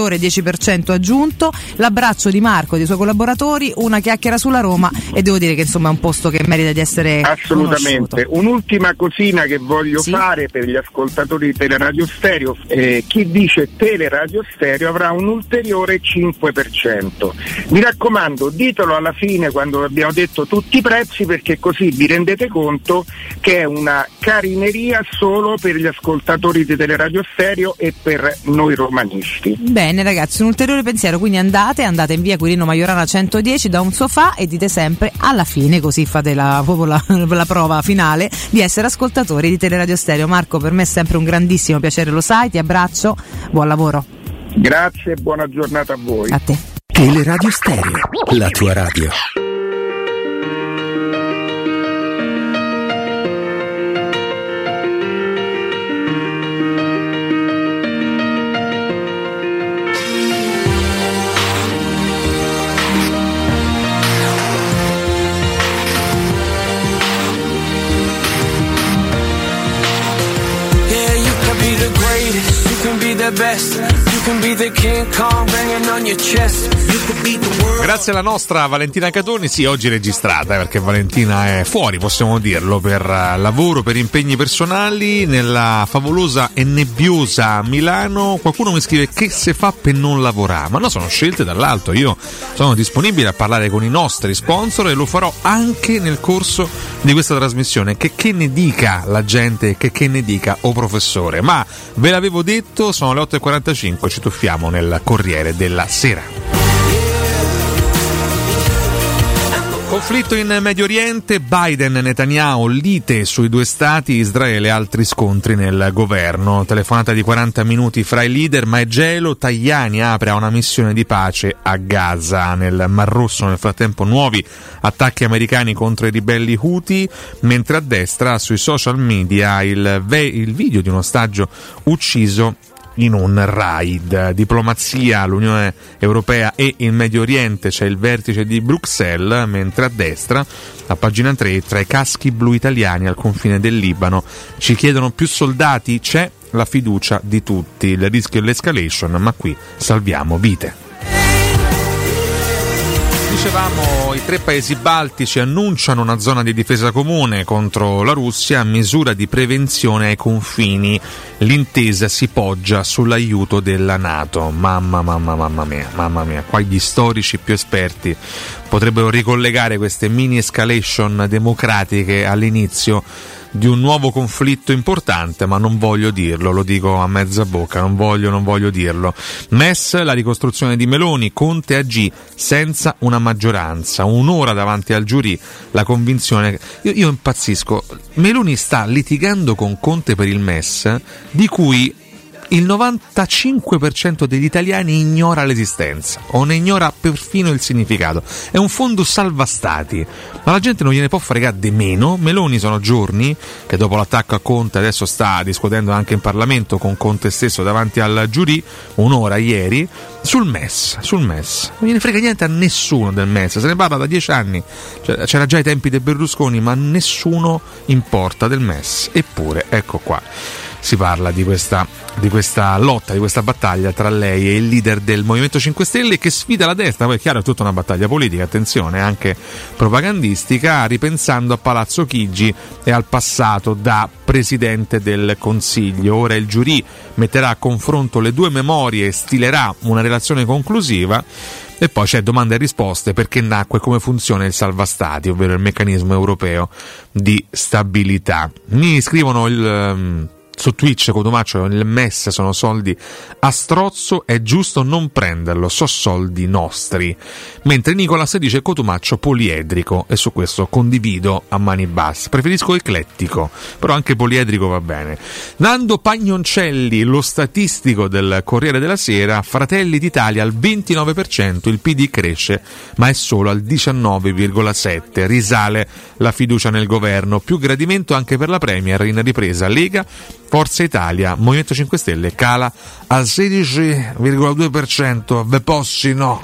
ulteriore 10% aggiunto, l'abbraccio di Marco e dei suoi collaboratori, una chiacchiera sulla Roma, e devo dire che insomma è un posto che merita di essere assolutamente conosciuto. Un'ultima cosina che voglio fare per gli ascoltatori di Teleradio Stereo: chi dice Teleradio Stereo avrà un ulteriore 5%. Mi raccomando, ditelo alla fine quando abbiamo detto tutti i prezzi, perché così vi rendete conto che è una carineria solo per gli ascoltatori di Teleradio Stereo e per noi romanisti. Bene ragazzi, un ulteriore pensiero, quindi andate in via Quirino Maiorana 110 da un sofà e dite sempre alla fine, così fate la prova finale di essere ascoltatori di Teleradio Stereo. Marco, per me è sempre un grandissimo piacere, lo sai, ti abbraccio, buon lavoro. Grazie e buona giornata a voi. A te. Teleradio Stereo, la tua radio. Grazie alla nostra Valentina Catoni, sì, oggi registrata, perché Valentina è fuori, possiamo dirlo, per lavoro, per impegni personali, nella favolosa e nebbiosa Milano. Qualcuno mi scrive che se fa per non lavorare, ma no, sono scelte dall'alto. Io sono disponibile a parlare con i nostri sponsor e lo farò anche nel corso di questa trasmissione, che ne dica la gente, che ne dica o professore. Ma ve l'avevo detto, sono le 8:45, ci tuffiamo nel Corriere della Sera. Conflitto in Medio Oriente, Biden e Netanyahu, lite sui due stati, Israele e altri scontri nel governo. Telefonata di 40 minuti fra i leader, ma è gelo. Tajani apre a una missione di pace a Gaza. Nel Mar Rosso nel frattempo nuovi attacchi americani contro i ribelli Houthi, mentre a destra sui social media il video di un ostaggio ucciso in un raid. Diplomazia, l'Unione Europea e il Medio Oriente, c'è il vertice di Bruxelles, mentre a destra, a pagina 3, tra i caschi blu italiani al confine del Libano, ci chiedono più soldati, c'è la fiducia di tutti, il rischio e l'escalation, ma qui salviamo vite. Dicevamo, i 3 paesi baltici annunciano una zona di difesa comune contro la Russia, misura di prevenzione ai confini. L'intesa si poggia sull'aiuto della NATO. Mamma mia, qua gli storici più esperti potrebbero ricollegare queste mini escalation democratiche all'inizio di un nuovo conflitto importante, ma non voglio dirlo, lo dico a mezza bocca, non voglio dirlo. MES, la ricostruzione di Meloni, Conte AG senza una maggioranza, un'ora davanti al giurì, la convinzione, io impazzisco, Meloni sta litigando con Conte per il MES, di cui il 95% degli italiani ignora l'esistenza o ne ignora perfino il significato. È un fondo salva stati, ma la gente non gliene può fregare di meno. Meloni sono giorni che dopo l'attacco a Conte adesso sta discutendo anche in Parlamento con Conte stesso davanti al giurì, un'ora ieri, sul MES. Non gliene frega niente a nessuno del MES, se ne parla da 10 anni, cioè, c'era già ai tempi dei Berlusconi, ma nessuno importa del MES. Eppure, ecco qua, si parla di questa lotta, di questa battaglia tra lei e il leader del Movimento 5 Stelle, che sfida la destra. Poi è chiaro, è tutta una battaglia politica, attenzione, anche propagandistica, ripensando a Palazzo Chigi e al passato da Presidente del Consiglio. Ora il giurì metterà a confronto le due memorie e stilerà una relazione conclusiva. E poi c'è domande e risposte, perché nacque e come funziona il salva stati, ovvero il meccanismo europeo di stabilità. Mi scrivono su Twitch, Cotumaccio, il MES sono soldi a strozzo, è giusto non prenderlo, so soldi nostri. Mentre Nicolas dice Cotumaccio poliedrico, e su questo condivido a mani basse. Preferisco eclettico, però anche poliedrico va bene. Nando Pagnoncelli, lo statistico del Corriere della Sera, Fratelli d'Italia al 29%, il PD cresce, ma è solo al 19,7%. Risale la fiducia nel governo, più gradimento anche per la Premier in ripresa. Lega, Forza Italia, Movimento 5 Stelle cala al 16,2%. Ve possi no.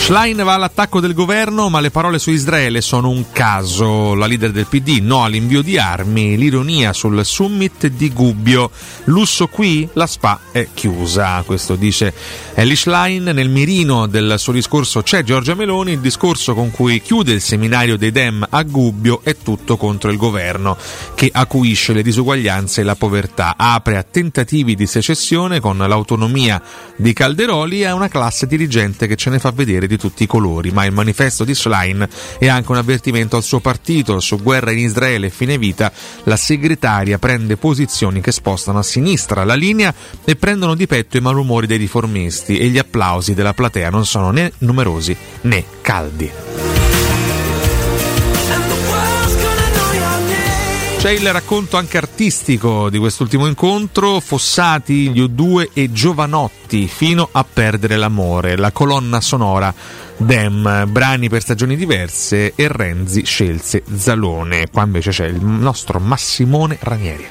Schlein va all'attacco del governo, ma le parole su Israele sono un caso. La leader del PD, no all'invio di armi, l'ironia sul summit di Gubbio. Lusso qui, la SPA è chiusa. Questo dice Elly Schlein. Nel mirino del suo discorso c'è Giorgia Meloni, il discorso con cui chiude il seminario dei Dem a Gubbio è tutto contro il governo, che acuisce le disuguaglianze e la povertà, apre a tentativi di secessione con l'autonomia di Calderoli e a una classe dirigente che ce ne fa vedere di tutti i colori. Ma il manifesto di Schlein è anche un avvertimento al suo partito: su guerra in Israele e fine vita la segretaria prende posizioni che spostano a sinistra la linea e prendono di petto i malumori dei riformisti, e gli applausi della platea non sono né numerosi né caldi. C'è il racconto anche artistico di quest'ultimo incontro: Fossati, gli U2 e Giovanotti, fino a perdere l'amore. La colonna sonora Dem, brani per stagioni diverse, e Renzi scelse Zalone. Qua invece c'è il nostro Massimone Ranieri.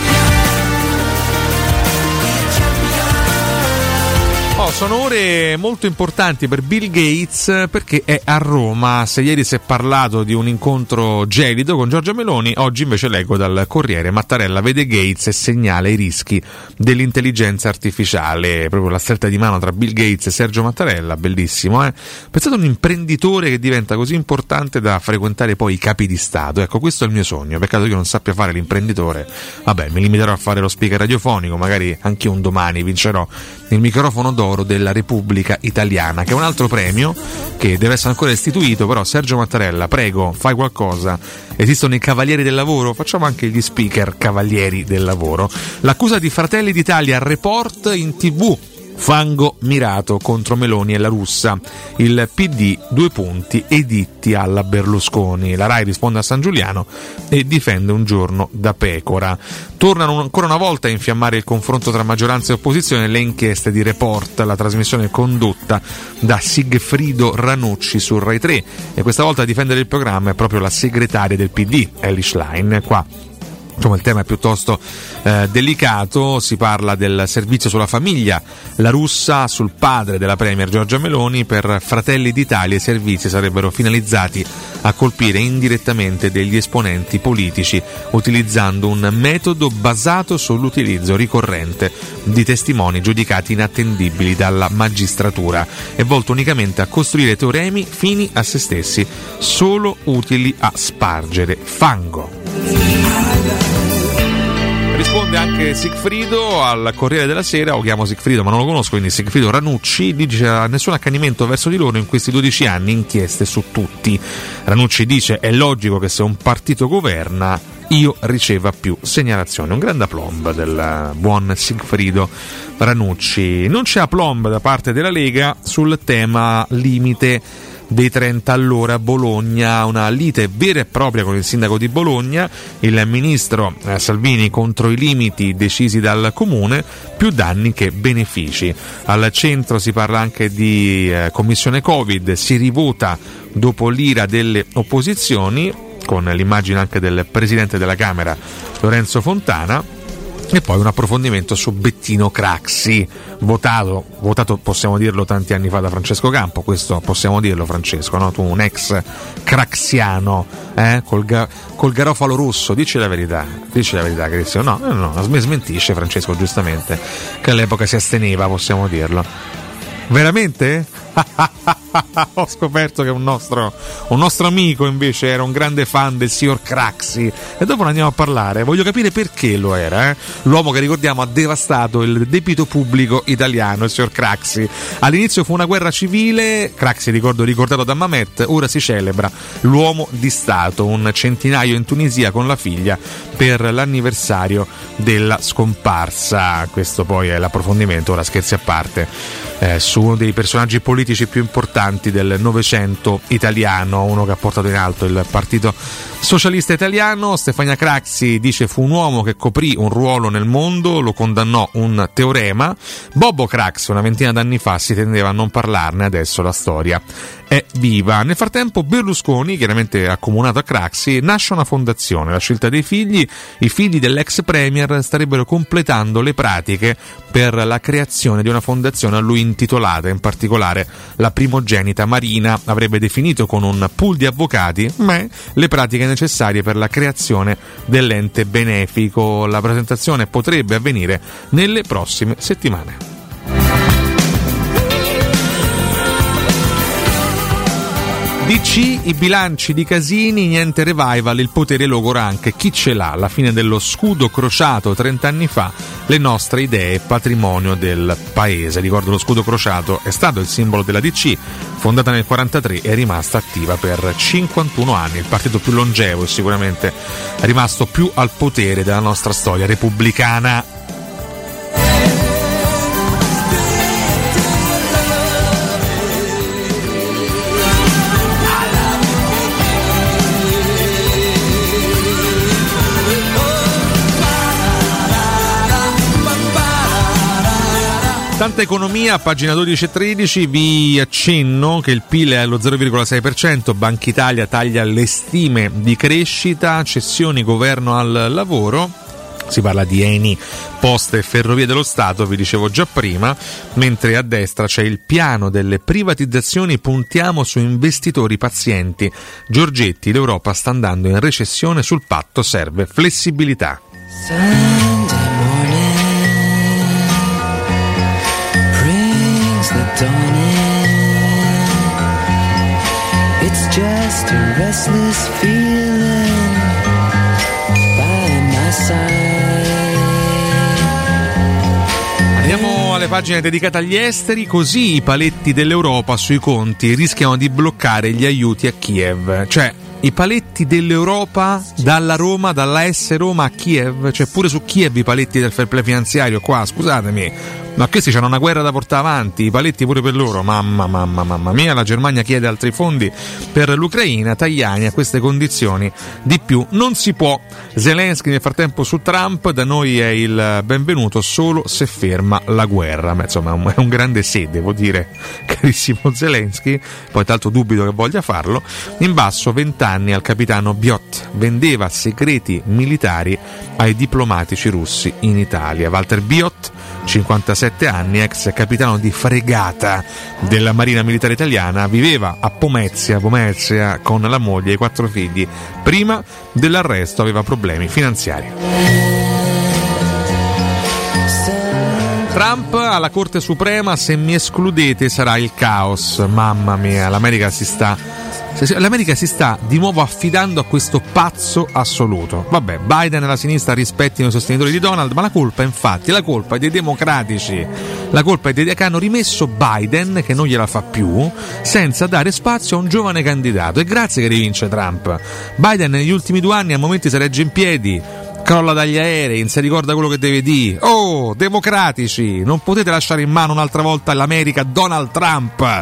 Sono ore molto importanti per Bill Gates, perché è a Roma. Se ieri si è parlato di un incontro gelido con Giorgia Meloni, oggi invece leggo dal Corriere: Mattarella vede Gates e segnala i rischi dell'intelligenza artificiale. Proprio la stretta di mano tra Bill Gates e Sergio Mattarella, bellissimo, eh? Pensate a un imprenditore che diventa così importante da frequentare poi i capi di Stato. Ecco, questo è il mio sogno. Peccato che io non sappia fare l'imprenditore. Vabbè, mi limiterò a fare lo speaker radiofonico, magari anche un domani vincerò il microfono d'oro della Repubblica Italiana, che è un altro premio che deve essere ancora istituito. Però Sergio Mattarella, prego, fai qualcosa. Esistono i cavalieri del lavoro, facciamo anche gli speaker cavalieri del lavoro. L'accusa di Fratelli d'Italia, Report in TV: fango mirato contro Meloni e la Russa. Il PD, 2 punti, editti alla Berlusconi. La Rai risponde a San Giuliano e difende Un giorno da pecora. Tornano ancora una volta a infiammare il confronto tra maggioranza e opposizione le inchieste di Report, la trasmissione condotta da Sigfrido Ranucci su Rai 3, e questa volta a difendere il programma è proprio la segretaria del PD, Elly Schlein. Qua insomma il tema è piuttosto delicato. Si parla del servizio sulla famiglia, la russa sul padre della premier Giorgia Meloni. Per Fratelli d'Italia i servizi sarebbero finalizzati a colpire indirettamente degli esponenti politici, utilizzando un metodo basato sull'utilizzo ricorrente di testimoni giudicati inattendibili dalla magistratura e volto unicamente a costruire teoremi fini a se stessi, solo utili a spargere fango. Risponde anche Sigfrido al Corriere della Sera. O chiamo Sigfrido ma non lo conosco, quindi Sigfrido Ranucci dice: nessun accanimento verso di loro in questi 12 anni, inchieste su tutti. Ranucci dice: è logico che se un partito governa io riceva più segnalazioni. Un grande aplomb del buon Sigfrido Ranucci. Non c'è aplomb da parte della Lega sul tema limite dei 30 all'ora a Bologna, una lite vera e propria con il sindaco di Bologna, il ministro Salvini contro i limiti decisi dal comune, più danni che benefici. Al centro si parla anche di commissione Covid, si rivota dopo l'ira delle opposizioni, con l'immagine anche del presidente della Camera Lorenzo Fontana. E poi un approfondimento su Bettino Craxi, votato possiamo dirlo tanti anni fa da Francesco Campo. Questo possiamo dirlo, Francesco, no? Tu un ex craxiano, col garofalo russo, dici la verità Cristiano. No, smentisce Francesco, giustamente, che all'epoca si asteneva, possiamo dirlo. Veramente? Ho scoperto che un nostro amico invece era un grande fan del signor Craxi, e dopo ne andiamo a parlare. Voglio capire perché lo era, L'uomo che, ricordiamo, ha devastato il debito pubblico italiano, il signor Craxi. All'inizio fu una guerra civile, Craxi ricordato da Mamet, ora si celebra l'uomo di Stato, un centinaio in Tunisia con la figlia per l'anniversario della scomparsa. Questo poi è l'approfondimento, ora scherzi a parte, su uno dei personaggi politici più importanti del Novecento italiano, uno che ha portato in alto il Partito Socialista Italiano. Stefania Craxi dice: fu un uomo che coprì un ruolo nel mondo, lo condannò un teorema. Bobo Craxi una ventina d'anni fa si tendeva a non parlarne, adesso la storia è viva. Nel frattempo Berlusconi, chiaramente accomunato a Craxi, nasce una fondazione, la scelta dei figli. I figli dell'ex premier starebbero completando le pratiche per la creazione di una fondazione a lui intitolata, in particolare la primogenita Marina avrebbe definito con un pool di avvocati le pratiche necessarie per la creazione dell'ente benefico. La presentazione potrebbe avvenire nelle prossime settimane. DC, i bilanci di Casini, niente revival, il potere logora anche chi ce l'ha. La fine dello scudo crociato 30 anni fa, le nostre idee, patrimonio del paese. Ricordo, lo scudo crociato è stato il simbolo della DC, fondata nel 1943 e è rimasta attiva per 51 anni, il partito più longevo e sicuramente rimasto più al potere della nostra storia repubblicana. Tanta economia, pagina 12 e 13, vi accenno che il PIL è allo 0,6%, Banca Italia taglia le stime di crescita, cessioni governo al lavoro, si parla di Eni, Poste e Ferrovie dello Stato, vi dicevo già prima, mentre a destra c'è il piano delle privatizzazioni, puntiamo su investitori pazienti. Giorgetti, l'Europa sta andando in recessione, sul patto serve flessibilità. It's just a restless feeling by my side. Andiamo alle pagine dedicate agli esteri, così i paletti dell'Europa sui conti rischiano di bloccare gli aiuti a Kiev. Cioè, i paletti dell'Europa dalla Roma, dalla S Roma a Kiev, cioè pure su Kiev i paletti del fair play finanziario qua, scusatemi. Ma questi c'hanno una guerra da portare avanti, i paletti pure per loro, mamma mia, la Germania chiede altri fondi per l'Ucraina, Tajani a queste condizioni di più non si può. Zelensky nel frattempo su Trump, da noi è il benvenuto solo se ferma la guerra. Ma insomma è un grande se, devo dire, carissimo Zelensky, poi tanto dubito che voglia farlo. In basso 20 anni al capitano Biot, vendeva segreti militari ai diplomatici russi in Italia. Walter Biot, 57 anni, ex capitano di fregata della Marina Militare Italiana, viveva a Pomezia con la moglie e i 4 figli. Prima dell'arresto aveva problemi finanziari. Trump alla Corte Suprema, se mi escludete sarà il caos. Mamma mia, l'America si sta di nuovo affidando a questo pazzo assoluto. Vabbè, Biden e la sinistra rispettino i sostenitori di Donald, ma la colpa è dei democratici. La colpa è dei che hanno rimesso Biden, che non gliela fa più, senza dare spazio a un giovane candidato. E grazie che rivince Trump. Biden negli ultimi 2 anni a momenti si regge in piedi, crolla dagli aerei, non si ricorda quello che deve dire. Oh, democratici, non potete lasciare in mano un'altra volta l'America Donald Trump.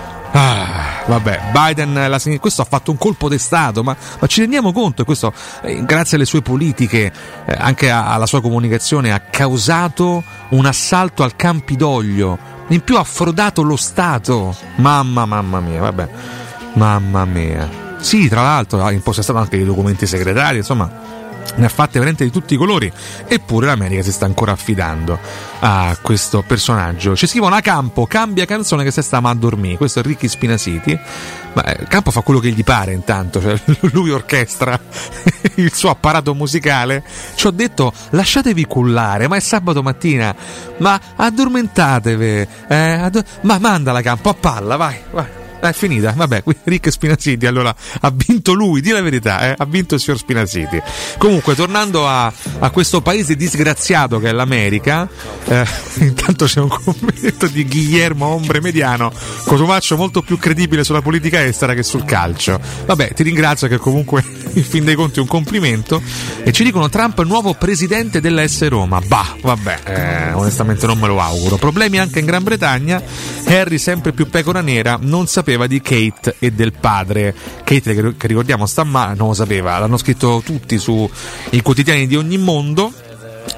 Vabbè, Biden, questo ha fatto un colpo d'Estato, ma ci rendiamo conto? E questo, grazie alle sue politiche, anche alla sua comunicazione, ha causato un assalto al Campidoglio. In più ha frodato lo Stato. Mamma mia, vabbè. Mamma mia. Sì, tra l'altro ha impossessato anche dei documenti segretari, insomma. Ne ha fatte veramente di tutti i colori, eppure l'America si sta ancora affidando a questo personaggio. Ci scrivono a Campo, cambia canzone che se stiamo a dormire. Questo è Ricky Spinasiti. Ma Campo fa quello che gli pare intanto, cioè lui orchestra il suo apparato musicale. Ci ho detto lasciatevi cullare, ma è sabato mattina, ma addormentatevi, ma mandala Campo a palla, vai. È finita, vabbè, qui Rick Spinasiti, allora ha vinto lui, di la verità, ha vinto il signor Spinasiti. Comunque, tornando a questo paese disgraziato che è l'America, intanto c'è un commento di Guillermo Ombre Mediano, Cotumaccio molto più credibile sulla politica estera che sul calcio. Vabbè, ti ringrazio, che comunque in fin dei conti è un complimento. E ci dicono Trump nuovo presidente dell'S Roma. Bah, vabbè, onestamente non me lo auguro. Problemi anche in Gran Bretagna, Harry sempre più pecora nera, non sapeva di Kate e del padre. Kate, che ricordiamo sta male, non lo sapeva, l'hanno scritto tutti sui quotidiani di ogni mondo.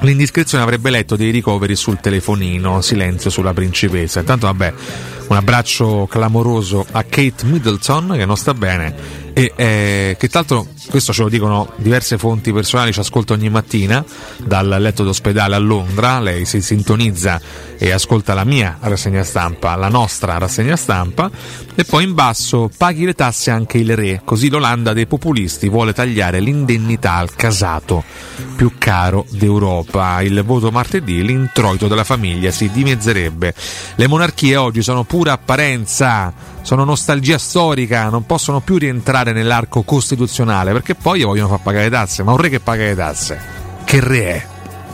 l'indiscrezione avrebbe letto dei ricoveri sul telefonino, silenzio sulla principessa. Intanto vabbè, un abbraccio clamoroso a Kate Middleton che non sta bene e che tra l'altro, questo ce lo dicono diverse fonti personali, ci ascolta ogni mattina dal letto d'ospedale a Londra. Lei si sintonizza e ascolta la mia rassegna stampa, la nostra rassegna stampa, e poi in basso: paghi le tasse anche il re, così l'Olanda dei populisti vuole tagliare l'indennità al casato più caro d'Europa. Il voto martedì, l'introito della famiglia si dimezzerebbe. Le monarchie oggi sono pura apparenza, sono nostalgia storica, non possono più rientrare nell'arco costituzionale perché poi vogliono far pagare tasse. Ma un re che paga le tasse, che re è?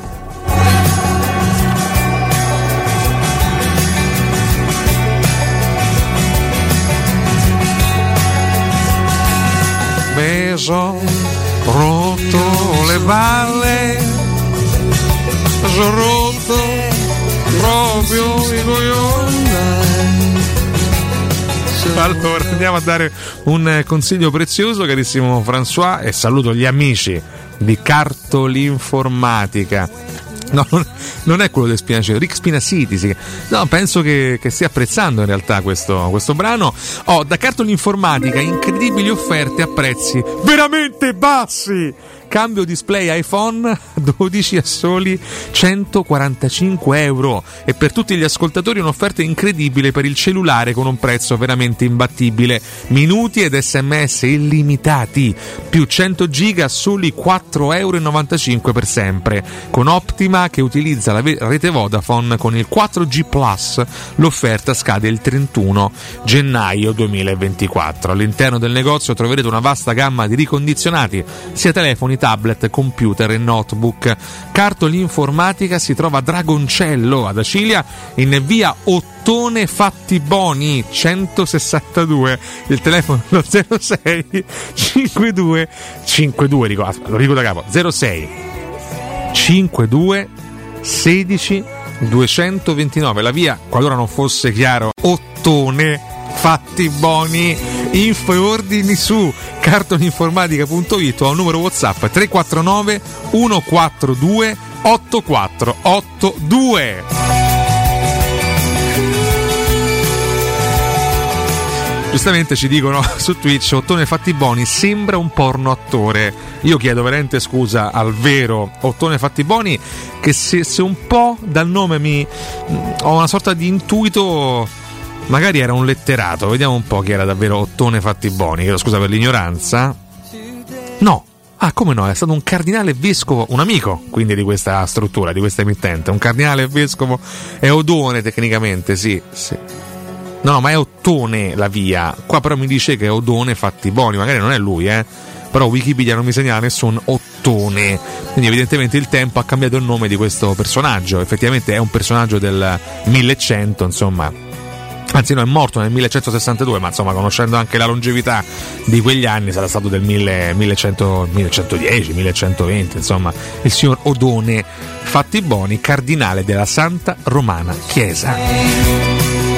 Beso rotto le balle, sono rotto proprio i coglioni. Allora andiamo a dare un consiglio prezioso, carissimo François, e saluto gli amici di Cartolinformatica. No, non è quello del Spinacito, Rick Spinaciti, sì. No, penso che stia apprezzando in realtà questo brano. Da Cartolinformatica incredibili offerte a prezzi veramente bassi. Cambio display iPhone 12 a soli 145 euro, e per tutti gli ascoltatori un'offerta incredibile per il cellulare con un prezzo veramente imbattibile. Minuti ed SMS illimitati più 100 giga a soli 4,95 euro per sempre. Con Optima, che utilizza la rete Vodafone, con il 4G Plus l'offerta scade il 31 gennaio 2024. All'interno del negozio troverete una vasta gamma di ricondizionati, sia telefoni, tablet, computer e notebook. Cartolinformatica si trova a Dragoncello ad Acilia, in via Ottone Fattiboni 162. Il telefono è lo 06 52 lo dico da capo, 06 52 16 229. La via, qualora non fosse chiaro, Ottone Fattiboni. Info e ordini su cartolinformatica.it o a un numero WhatsApp 349 142 8482. Giustamente ci dicono su Twitch: Ottone Fattiboni sembra un porno attore. Io chiedo veramente scusa al vero Ottone Fattiboni, che se un po' dal nome ho una sorta di intuito, magari era un letterato. Vediamo un po' chi era davvero Ottone Fattiboni. Chiedo scusa per l'ignoranza. No, come no? È stato un cardinale vescovo, un amico quindi di questa struttura, di questa emittente. Un cardinale vescovo è Odone tecnicamente, sì. No, ma è Ottone la via. Qua però mi dice che è Odone Fattiboni, magari non è lui, però Wikipedia non mi segnala nessun Ottone, quindi evidentemente il tempo ha cambiato il nome di questo personaggio. Effettivamente è un personaggio del 1100, insomma. Anzi no, è morto nel 1162, ma insomma, conoscendo anche la longevità di quegli anni, sarà stato del 1110, 1120, insomma, il signor Odone Fattiboni, cardinale della Santa Romana Chiesa.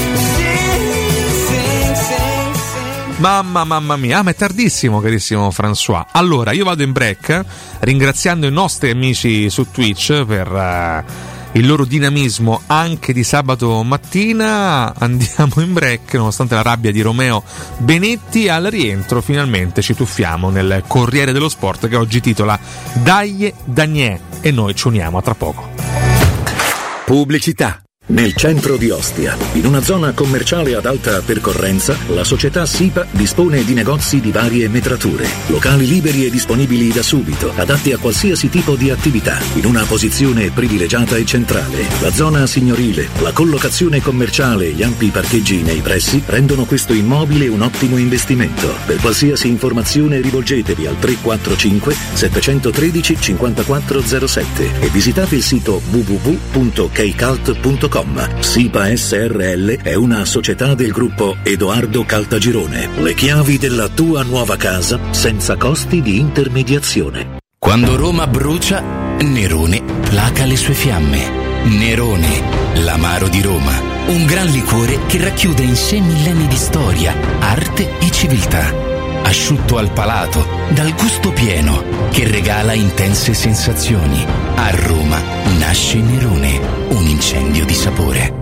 Mamma mia, ma è tardissimo, carissimo François. Allora, io vado in break, ringraziando i nostri amici su Twitch per il loro dinamismo anche di sabato mattina. Andiamo in break, nonostante la rabbia di Romeo Benetti. Al rientro finalmente ci tuffiamo nel Corriere dello Sport, che oggi titola Dai Daniè, e noi ci uniamo a tra poco. Pubblicità. Nel centro di Ostia, in una zona commerciale ad alta percorrenza, la società SIPA dispone di negozi di varie metrature, locali liberi e disponibili da subito, adatti a qualsiasi tipo di attività, in una posizione privilegiata e centrale. La zona signorile, la collocazione commerciale e gli ampi parcheggi nei pressi rendono questo immobile un ottimo investimento. Per qualsiasi informazione rivolgetevi al 345 713 5407 e visitate il sito www.kcalt.com. SIPA SRL è una società del gruppo Edoardo Caltagirone. Le chiavi della tua nuova casa senza costi di intermediazione. Quando Roma brucia, Nerone placa le sue fiamme. Nerone, l'amaro di Roma. Un gran liquore che racchiude in sé millenni di storia, arte e civiltà. Asciutto al palato, dal gusto pieno, che regala regala intense sensazioni. A Roma nasce Nerone, un incendio di sapore.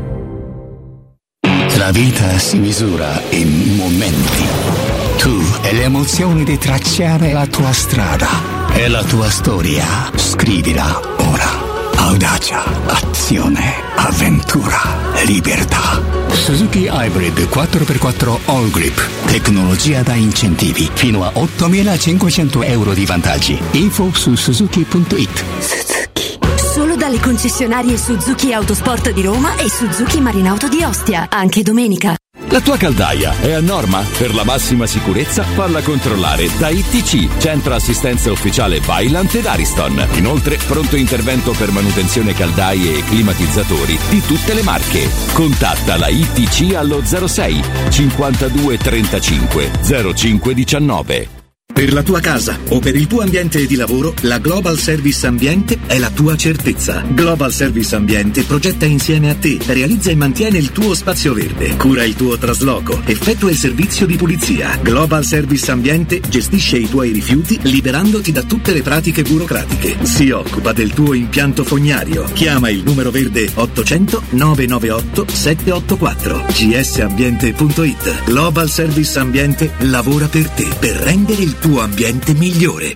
La vita si misura in momenti. Tu e le emozioni di tracciare la tua strada e la tua storia. Scrivila ora. Audacia, azione, avventura, libertà. Suzuki Hybrid 4x4 All Grip. Tecnologia da incentivi. Fino a 8.500 euro di vantaggi. Info su suzuki.it. Solo dalle concessionarie Suzuki Autosport di Roma e Suzuki Marinauto di Ostia, anche domenica. La tua caldaia è a norma? Per la massima sicurezza falla controllare da ITC, centro assistenza ufficiale Vaillant ed Ariston. Inoltre pronto intervento per manutenzione caldaie e climatizzatori di tutte le marche. Contatta la ITC allo 06 52 35 05 19. Per la tua casa o per il tuo ambiente di lavoro, la Global Service Ambiente è la tua certezza. Global Service Ambiente progetta insieme a te, realizza e mantiene il tuo spazio verde, cura il tuo trasloco, effettua il servizio di pulizia. Global Service Ambiente gestisce i tuoi rifiuti liberandoti da tutte le pratiche burocratiche. Si occupa del tuo impianto fognario. Chiama il numero verde 800 998 784. gsambiente.it. Global Service Ambiente lavora per te, per rendere il tuo ambiente migliore.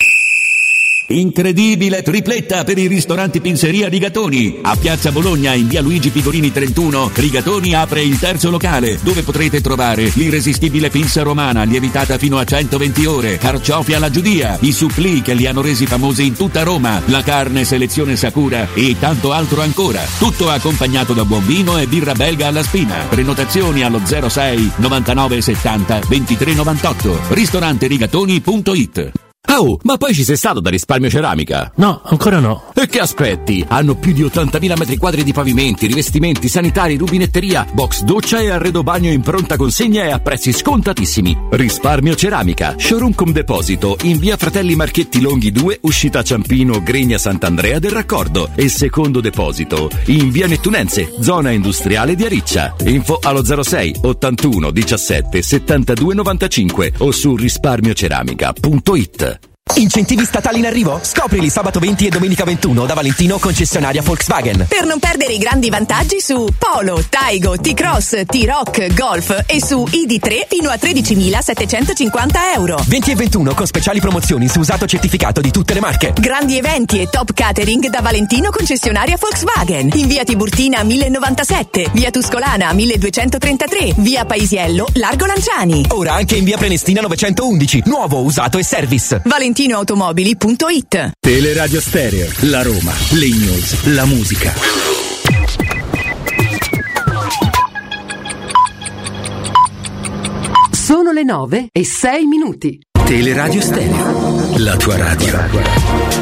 Incredibile tripletta per i ristoranti Pinzeria Rigatoni. A Piazza Bologna, in via Luigi Pigorini 31, Rigatoni apre il terzo locale, dove potrete trovare l'irresistibile pinza romana lievitata fino a 120 ore, carciofi alla giudia, i supplì che li hanno resi famosi in tutta Roma, la carne selezione Sakura e tanto altro ancora. Tutto accompagnato da buon vino e birra belga alla spina. Prenotazioni allo 06 99 70 23 98. ristoranterigatoni.it. Oh, ma poi ci sei stato da Risparmio Ceramica? No, ancora no. E che aspetti? Hanno più di 80.000 metri quadri di pavimenti, rivestimenti, sanitari, rubinetteria, box doccia e arredo bagno in pronta consegna e a prezzi scontatissimi. Risparmio Ceramica, showroom con deposito in via Fratelli Marchetti Longhi 2, uscita Ciampino, Gregna Sant'Andrea del Raccordo, e secondo deposito in via Nettunense, zona industriale di Ariccia. Info allo 06 81 17 72 95 o su risparmioceramica.it. Incentivi statali in arrivo? Scoprili sabato 20 e domenica 21 da Valentino, concessionaria Volkswagen. Per non perdere i grandi vantaggi su Polo, Taigo, T-Cross, T-Rock, Golf e su ID3 fino a 13.750 euro. 20 e 21 con speciali promozioni su usato certificato di tutte le marche. Grandi eventi e top catering da Valentino, concessionaria Volkswagen. In via Tiburtina 1097, via Tuscolana 1233, via Paisiello, Largo Lanciani. Ora anche in via Prenestina 911, nuovo, usato e service. ValentinoAutomobili.it. Teleradio Stereo, la Roma, le news, la musica. Sono le 9:06. Teleradio Stereo, la tua radio.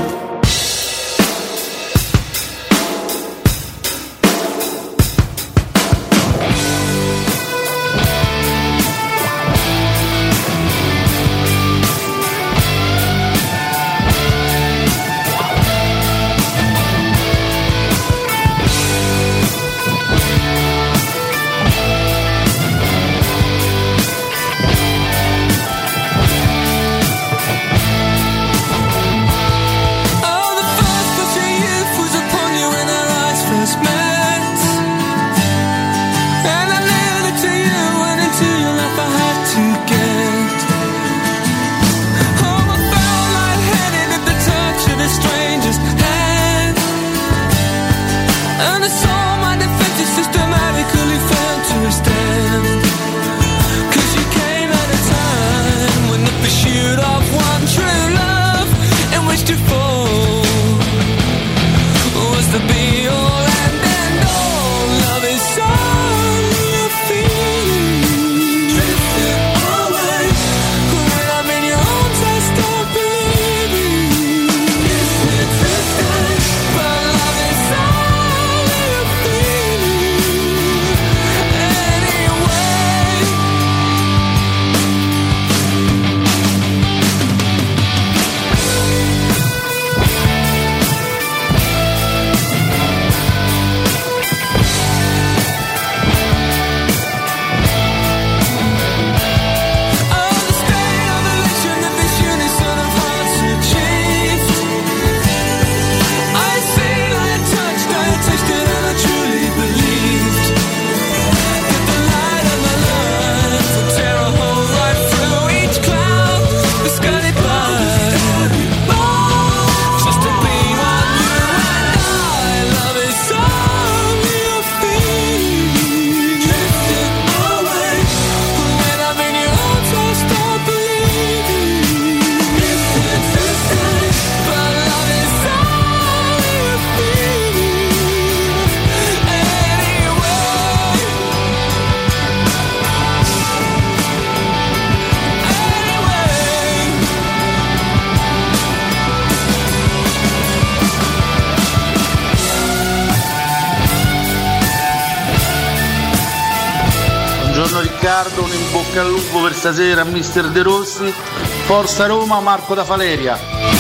Riccardo, un in bocca al lupo per stasera a Mister De Rossi. Forza Roma, Marco da Faleria.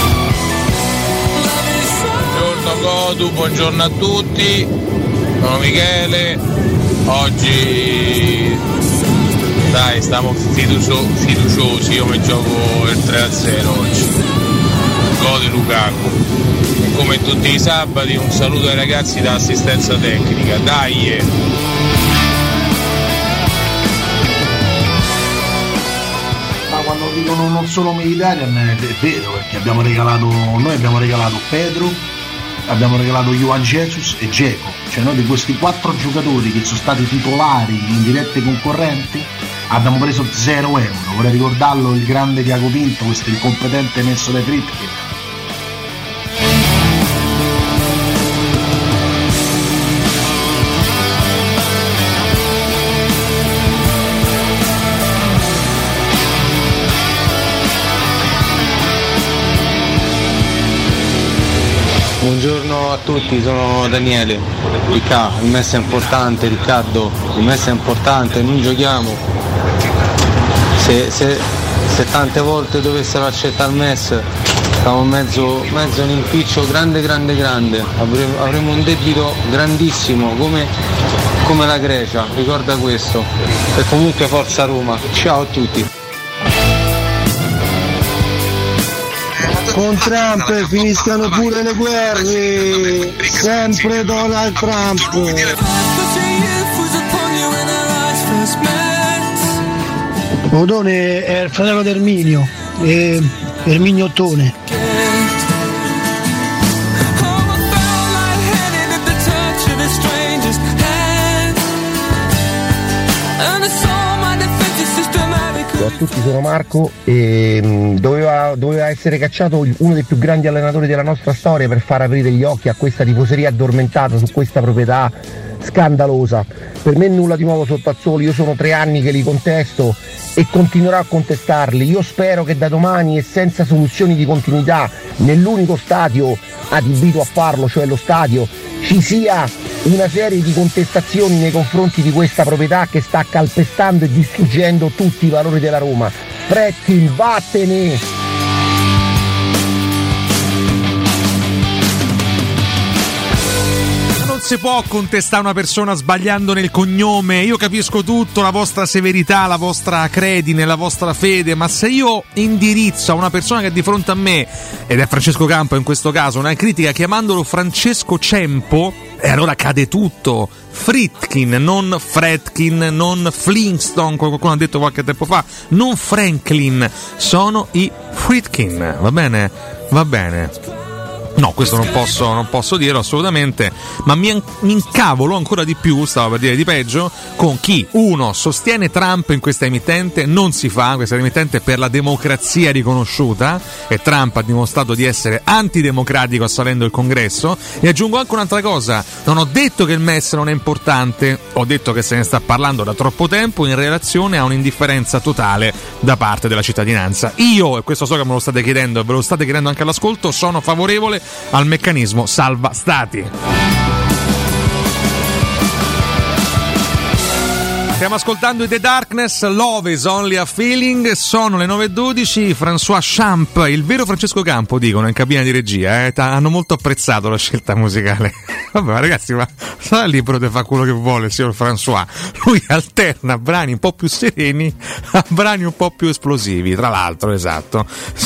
Buongiorno Godu, buongiorno a tutti. Sono Michele. Oggi dai, stiamo fiduciosi, io mi gioco il 3-0 oggi. Gol di Lukaku. Come tutti i sabati un saluto ai ragazzi da assistenza tecnica. Dai! Ma quando dicono non solo Mkhitaryan è vero, perché noi abbiamo regalato Pedro, abbiamo regalato Juan Jesus e Dzeko, cioè noi di questi 4 giocatori che sono stati titolari in dirette concorrenti abbiamo preso 0 euro. Vorrei ricordarlo il grande Tiago Pinto, questo incompetente messo dai Friedkin. Buongiorno a tutti, sono Daniele. Il MES è importante, Riccardo, il MES è importante, non giochiamo. Se tante volte dovessero accettare il MES siamo mezzo in impiccio grande. Avremo un debito grandissimo come la Grecia, ricorda questo. E comunque forza Roma. Ciao a tutti. Con Trump finiscano pure le guerre, sempre Donald Trump. Odone è il fratello di Erminio, Erminio Ottone. Ciao a tutti, sono Marco e doveva essere cacciato uno dei più grandi allenatori della nostra storia per far aprire gli occhi a questa tifoseria addormentata su questa proprietà scandalosa. Per me nulla di nuovo sotto al sole, io sono 3 anni che li contesto e continuerò a contestarli. Io spero che da domani e senza soluzioni di continuità nell'unico stadio adibito a farlo, cioè lo stadio, ci sia una serie di contestazioni nei confronti di questa proprietà che sta calpestando e distruggendo tutti i valori della Roma. Friedkin, vattene! Si può contestare una persona sbagliando nel cognome. Io capisco tutto, la vostra severità, la vostra credine, la vostra fede, ma se io indirizzo a una persona che è di fronte a me, ed è Francesco Campo in questo caso, una critica chiamandolo Francesco Cempo, e allora cade tutto. Friedkin, non Fredkin, non Flintstone, qualcuno ha detto qualche tempo fa, non Franklin, sono i Friedkin, va bene? Va bene. No, questo non posso dirlo assolutamente, ma mi incavolo ancora di più, stavo per dire di peggio, con chi, uno, sostiene Trump in questa emittente, non si fa, questa emittente per la democrazia riconosciuta, e Trump ha dimostrato di essere antidemocratico assalendo il congresso, e aggiungo anche un'altra cosa, non ho detto che il MES non è importante, ho detto che se ne sta parlando da troppo tempo in relazione a un'indifferenza totale da parte della cittadinanza. Io, e questo so che me lo state chiedendo e ve lo state chiedendo anche all'ascolto, sono favorevole al meccanismo salva stati. Stiamo ascoltando i The Darkness, Love is Only a Feeling, sono le 9:12, François Champ, il vero Francesco Campo, dicono in cabina di regia, hanno molto apprezzato la scelta musicale. Vabbè, ma ragazzi, ma sarà libero di fare quello che vuole il signor François, lui alterna brani un po' più sereni a brani un po' più esplosivi, tra l'altro, esatto,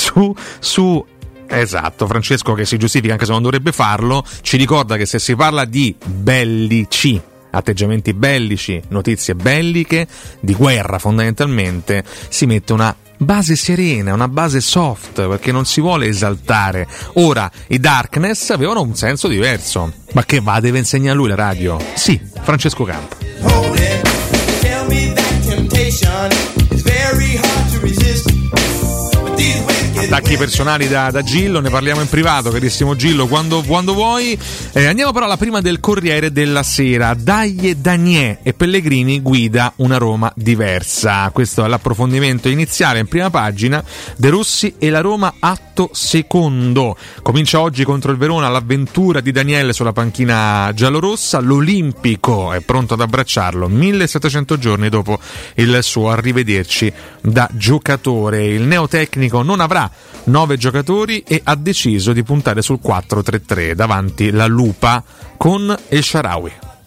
Esatto, Francesco, che si giustifica anche se non dovrebbe farlo, ci ricorda che se si parla di bellici, atteggiamenti bellici, notizie belliche, di guerra fondamentalmente, si mette una base serena, una base soft, perché non si vuole esaltare. Ora, i Darkness avevano un senso diverso. Ma che va, deve insegnare lui la radio? Sì, Francesco Campo. attacchi personali da Gillo, ne parliamo in privato, carissimo Gillo, quando vuoi. Andiamo però alla prima del Corriere della Sera. Daglie Daniè e Pellegrini guida una Roma diversa. Questo è l'approfondimento iniziale in prima pagina. De Rossi e la Roma atto secondo. Comincia oggi contro il Verona l'avventura di Daniele sulla panchina giallorossa. L'Olimpico è pronto ad abbracciarlo 1700 giorni dopo il suo arrivederci da giocatore. Il neotecnico non avrà 9 giocatori e ha deciso di puntare sul 4-3-3 davanti la lupa con El Shaarawy.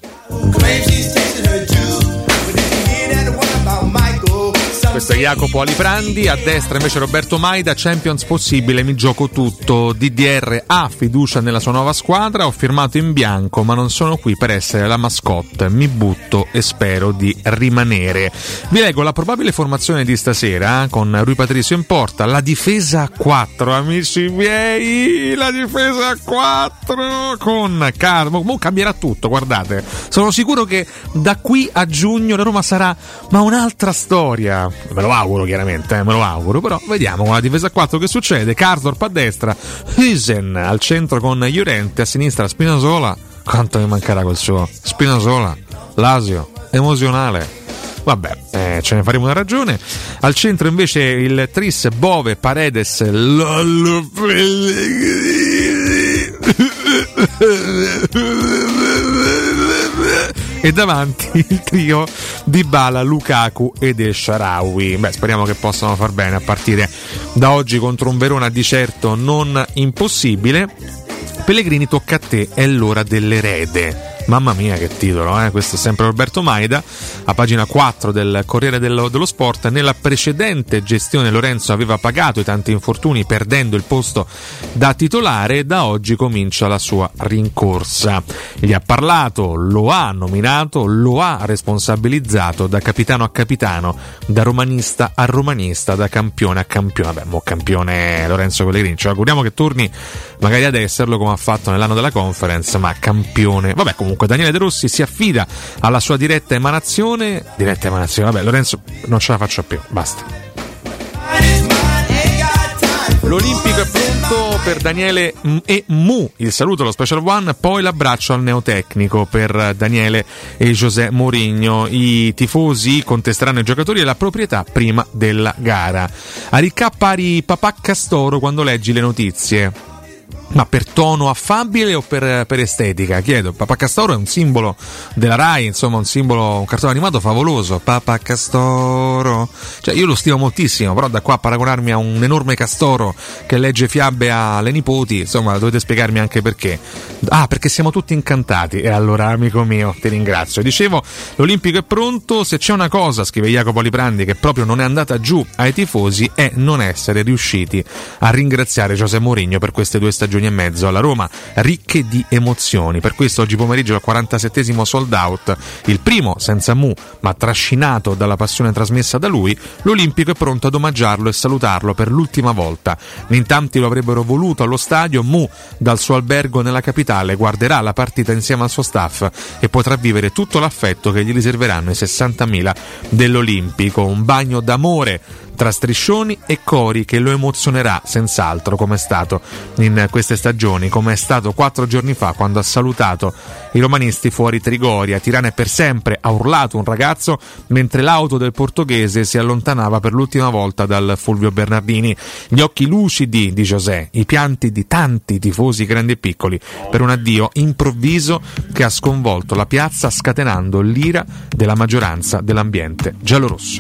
Questo è Jacopo Aliprandi, a destra invece Roberto Maida. Champions possibile, mi gioco tutto. DDR ha fiducia nella sua nuova squadra, ho firmato in bianco ma non sono qui per essere la mascotte, mi butto e spero di rimanere. Vi leggo la probabile formazione di stasera con Rui Patricio in porta, la difesa a 4, amici miei, la difesa a 4 con Carmo. Cambierà tutto, guardate, sono sicuro che da qui a giugno la Roma sarà ma un'altra storia. Me lo auguro chiaramente, me lo auguro, però vediamo con la difesa a 4 che succede. Karsdorp a destra, Hüsen al centro con Llorente, a sinistra Spinazzola. Quanto mi mancherà quel suo Spinazzola, Lazio, emozionale. Vabbè, ce ne faremo una ragione. Al centro invece il tris Bove, Paredes, Lollo e davanti il trio Dybala, Lukaku ed El Shaarawy. Speriamo che possano far bene a partire da oggi contro un Verona di certo non impossibile. Pellegrini, tocca a te, è l'ora dell'erede. Mamma mia che titolo, questo è sempre Roberto Maida, a pagina 4 del Corriere dello Sport. Nella precedente gestione Lorenzo aveva pagato i tanti infortuni perdendo il posto da titolare, da oggi comincia la sua rincorsa. Gli ha parlato, lo ha nominato, lo ha responsabilizzato da capitano a capitano, da romanista a romanista, da campione a campione. Campione Lorenzo Pellegrini, ci auguriamo che torni magari ad esserlo come ha fatto nell'anno della Conference, ma campione. Comunque Daniele De Rossi si affida alla sua diretta emanazione. Lorenzo non ce la faccio più, basta. L'Olimpico è pronto per Daniele e Mu, il saluto allo Special One, poi l'abbraccio al neotecnico per Daniele e José Mourinho. I tifosi contesteranno i giocatori e la proprietà prima della gara. A ricappare Papà Castoro quando leggi le notizie. Ma per tono affabile o per estetica? Chiedo. Papà Castoro è un simbolo della Rai, insomma un cartone animato favoloso. Papà Castoro, cioè io lo stimo moltissimo, però da qua a paragonarmi a un enorme castoro che legge fiabe alle nipoti, insomma dovete spiegarmi anche perché. Perché siamo tutti incantati. E allora, amico mio, ti ringrazio. Dicevo, l'Olimpico è pronto. Se c'è una cosa, scrive Jacopo Aliprandi, che proprio non è andata giù ai tifosi, è non essere riusciti a ringraziare José Mourinho per queste 2 stagioni e mezzo alla Roma, ricche di emozioni. Per questo oggi pomeriggio al 47esimo sold out, il primo senza Mu ma trascinato dalla passione trasmessa da lui, l'Olimpico è pronto ad omaggiarlo e salutarlo per l'ultima volta. In tanti lo avrebbero voluto allo stadio. Mu dal suo albergo nella capitale guarderà la partita insieme al suo staff e potrà vivere tutto l'affetto che gli riserveranno i 60.000 dell'Olimpico. Un bagno d'amore tra striscioni e cori che lo emozionerà senz'altro, come è stato in queste stagioni, come è stato 4 giorni fa quando ha salutato i romanisti fuori Trigoria. Tirana è per sempre, ha urlato un ragazzo mentre l'auto del portoghese si allontanava per l'ultima volta dal Fulvio Bernardini. Gli occhi lucidi di José, i pianti di tanti tifosi grandi e piccoli per un addio improvviso che ha sconvolto la piazza, scatenando l'ira della maggioranza dell'ambiente giallorosso.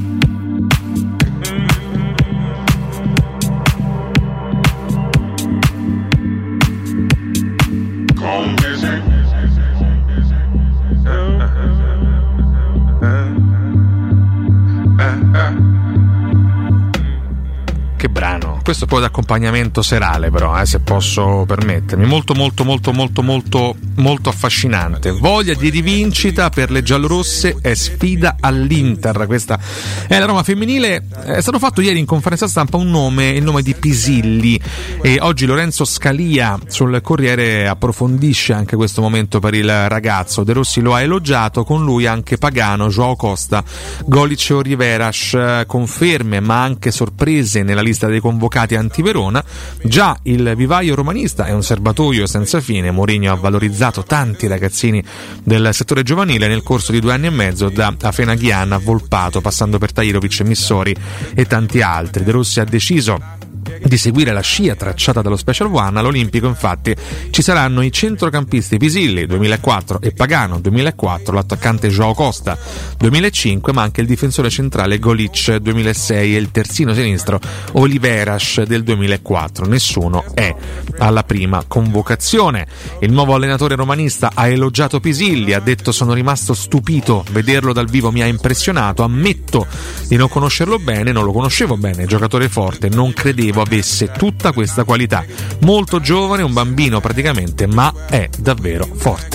Che brano, questo è poi d'accompagnamento serale, però se posso permettermi, molto molto affascinante. Voglia di rivincita per le giallorosse e sfida all'Inter. Questa è la Roma femminile. È stato fatto ieri in conferenza stampa il nome di Pisilli, e oggi Lorenzo Scalia sul Corriere approfondisce anche questo momento per il ragazzo. De Rossi lo ha elogiato, con lui anche Pagano, Joao Costa, Golic o Riveraš. Conferme ma anche sorprese nella lista dei convocati anti-Verona. Già il vivaio romanista è un serbatoio senza fine. Mourinho ha valorizzato tanti ragazzini del settore giovanile nel corso di 2 anni e mezzo, da Afenaghian a Volpato, passando per Tahirovic, Missori e tanti altri. De Rossi ha deciso di seguire la scia tracciata dallo Special One. All'Olimpico infatti ci saranno i centrocampisti Pisilli 2004 e Pagano 2004, l'attaccante Joao Costa 2005, ma anche il difensore centrale Golic 2006 e il terzino sinistro Riveraš del 2004. Nessuno è alla prima convocazione. Il nuovo allenatore romanista ha elogiato Pisilli, ha detto: sono rimasto stupito, vederlo dal vivo mi ha impressionato, ammetto di non conoscerlo bene, non lo conoscevo bene, giocatore forte, non credevo avesse tutta questa qualità, molto giovane, un bambino praticamente, ma è davvero forte.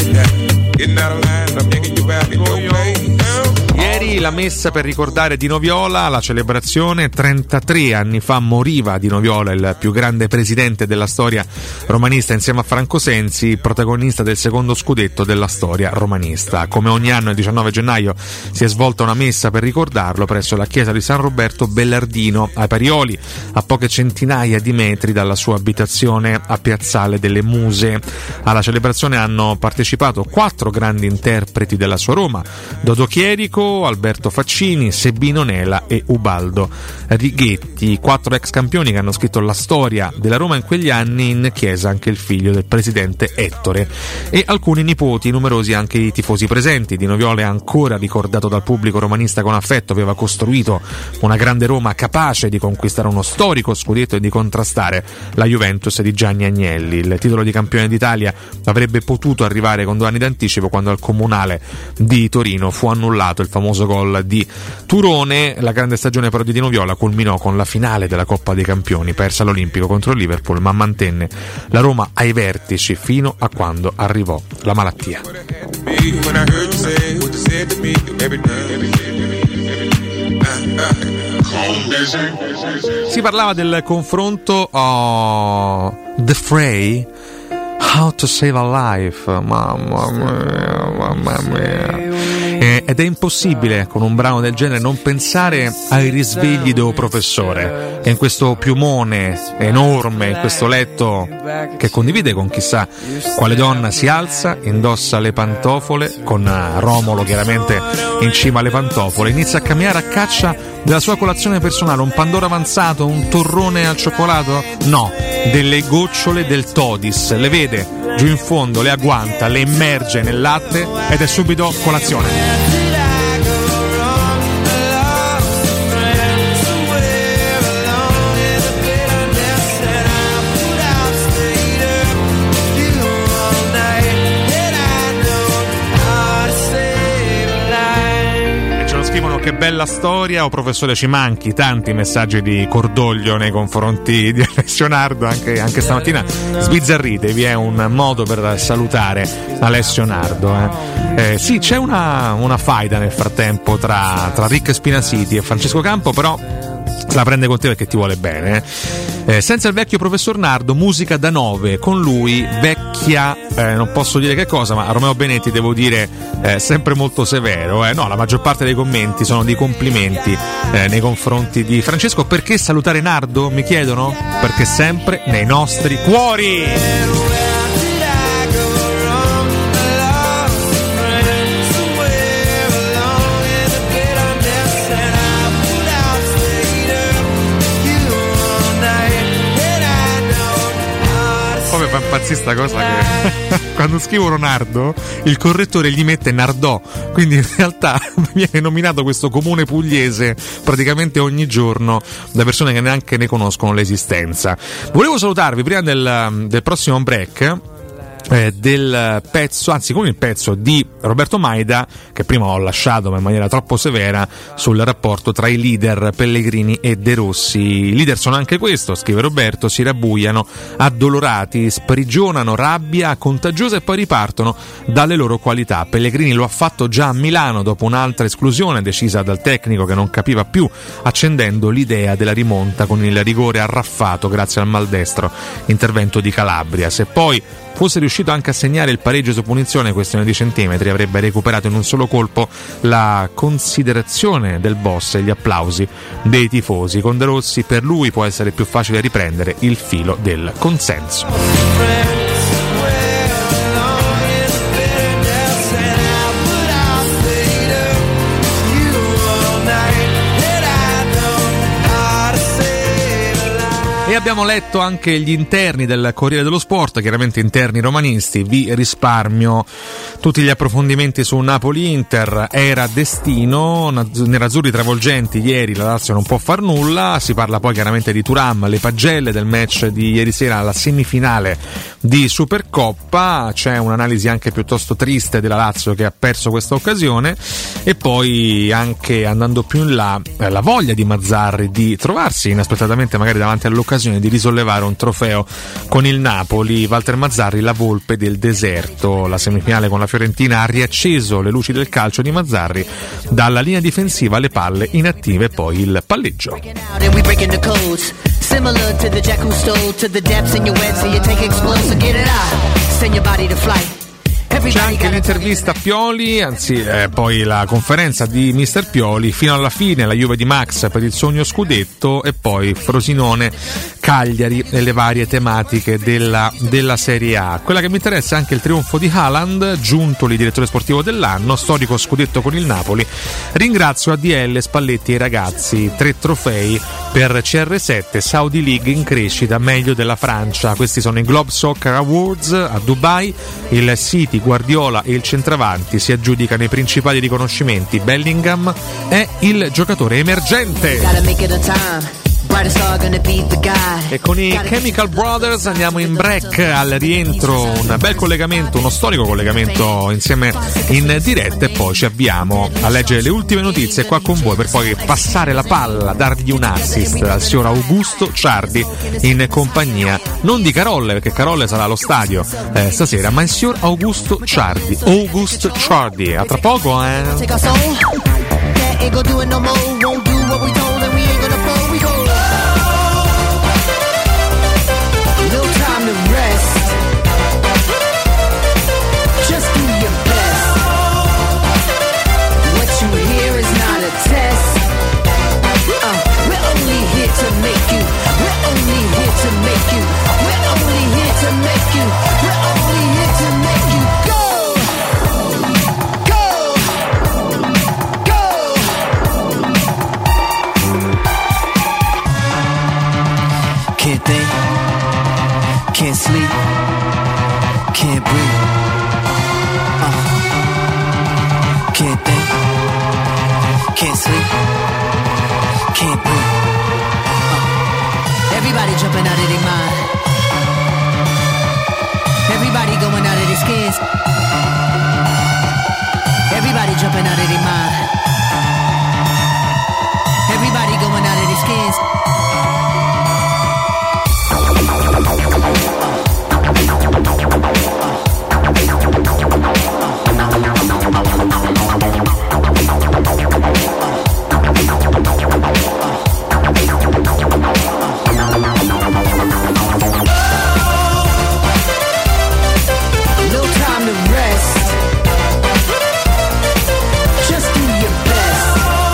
Ieri la messa per ricordare Dino Viola, la celebrazione. 33 anni fa moriva Dino Viola, il più grande presidente della storia romanista, insieme a Franco Sensi, protagonista del secondo scudetto della storia romanista. Come ogni anno il 19 gennaio si è svolta una messa per ricordarlo presso la chiesa di San Roberto Bellardino a Parioli, a poche centinaia di metri dalla sua abitazione a Piazzale delle Muse. Alla celebrazione hanno partecipato 4 grandi interpreti della sua Roma: Dodo Chierico, Alberto Faccini, Sebino Nela e Ubaldo Righetti, 4 ex campioni che hanno scritto la storia della Roma in quegli anni. In chiesa anche il figlio del presidente Ettore e alcuni nipoti, numerosi anche i tifosi presenti. Dino Viola è ancora ricordato dal pubblico romanista con affetto, aveva costruito una grande Roma capace di conquistare uno storico scudetto e di contrastare la Juventus di Gianni Agnelli. Il titolo di campione d'Italia avrebbe potuto arrivare con 2 anni d'anticipo, quando al Comunale di Torino fu annullato il famoso gol di Turone. La grande stagione però di Dino Viola culminò con la finale della Coppa dei Campioni, persa all'Olimpico contro il Liverpool, ma mantenne la Roma ai vertici fino a quando arrivò la malattia. Si parlava del confronto The Fray, How to Save a Life, mamma mia. Ed è impossibile con un brano del genere non pensare ai risvegli del professore, che in questo piumone enorme, in questo letto che condivide con chissà quale donna, si alza, indossa le pantofole, con Romolo chiaramente in cima alle pantofole, inizia a camminare a caccia della sua colazione personale. Un pandoro avanzato, un torrone al cioccolato? No, delle gocciole del Todis. Le vede giù in fondo, le agguanta, le immerge nel latte ed è subito colazione. Che bella storia, o professore, ci manchi. Tanti messaggi di cordoglio nei confronti di Alessio Nardo, anche stamattina sbizzarrite. Vi è un modo per salutare Alessio Nardo. Sì, c'è una faida nel frattempo tra Rick Spinasiti e Francesco Campo, però se la prende con te perché ti vuole bene. Senza il vecchio professor Nardo, musica da 9, con lui vecchia, non posso dire che cosa, ma a Romeo Benetti devo dire sempre molto severo. No, la maggior parte dei commenti sono di complimenti nei confronti di Francesco. Perché salutare Nardo, mi chiedono? Perché sempre nei nostri cuori. Fa impazzire sta cosa che quando scrivo Nardo il correttore gli mette Nardò, quindi in realtà viene nominato questo comune pugliese praticamente ogni giorno da persone che neanche ne conoscono l'esistenza. Volevo salutarvi prima del prossimo break del pezzo, anzi con il pezzo di Roberto Maida, che prima ho lasciato ma in maniera troppo severa, sul rapporto tra i leader Pellegrini e De Rossi. I leader sono anche questo, scrive Roberto, si rabbuiano addolorati, sprigionano rabbia contagiosa e poi ripartono dalle loro qualità. Pellegrini lo ha fatto già a Milano dopo un'altra esclusione decisa dal tecnico che non capiva più, accendendo l'idea della rimonta con il rigore arraffato grazie al maldestro intervento di Calabria. Se poi fosse riuscito anche a segnare il pareggio su punizione, questione di centimetri, avrebbe recuperato in un solo colpo la considerazione del boss e gli applausi dei tifosi. Con De Rossi per lui può essere più facile riprendere il filo del consenso. E abbiamo letto anche gli interni del Corriere dello Sport, chiaramente interni romanisti. Vi risparmio tutti gli approfondimenti su Napoli-Inter. Era destino, nerazzurri travolgenti ieri, la Lazio non può far nulla. Si parla poi chiaramente di Thuram, le pagelle del match di ieri sera alla semifinale di Supercoppa. C'è un'analisi anche piuttosto triste della Lazio che ha perso questa occasione, e poi anche, andando più in là, la voglia di Mazzarri di trovarsi inaspettatamente magari davanti all'occasione di risollevare un trofeo con il Napoli. Walter Mazzarri, la volpe del deserto. La semifinale con la Fiorentina ha riacceso le luci del calcio di Mazzarri, dalla linea difensiva alle palle inattive e poi il palleggio. C'è anche l'intervista a Pioli, anzi poi la conferenza di Mister Pioli, fino alla fine la Juve di Max per il sogno scudetto, e poi Frosinone, Cagliari e le varie tematiche della Serie A. Quella che mi interessa è anche il trionfo di Haaland, giuntoli direttore sportivo dell'anno, storico scudetto con il Napoli. Ringrazio ADL, Spalletti e i ragazzi, 3 trofei per CR7, Saudi League in crescita, meglio della Francia. Questi sono i Globe Soccer Awards a Dubai. Il City, Guardiola e il centravanti si aggiudicano i principali riconoscimenti. Bellingham è il giocatore emergente. E con i Chemical Brothers andiamo in break. Al rientro un bel collegamento, uno storico collegamento insieme in diretta, e poi ci avviamo a leggere le ultime notizie qua con voi, per poi passare la palla, dargli un assist al signor Augusto Ciardi in compagnia non di Carolle, perché Carolle sarà allo stadio stasera, ma il signor Augusto Ciardi. Augusto Ciardi, a tra poco Can't think, can't sleep, can't breathe. Can't think, can't sleep, can't breathe. Everybody jumping out of their mind. Everybody going out of their skins. Everybody jumping out of their mind. Everybody going out of their skins. No time to rest. Just do your best.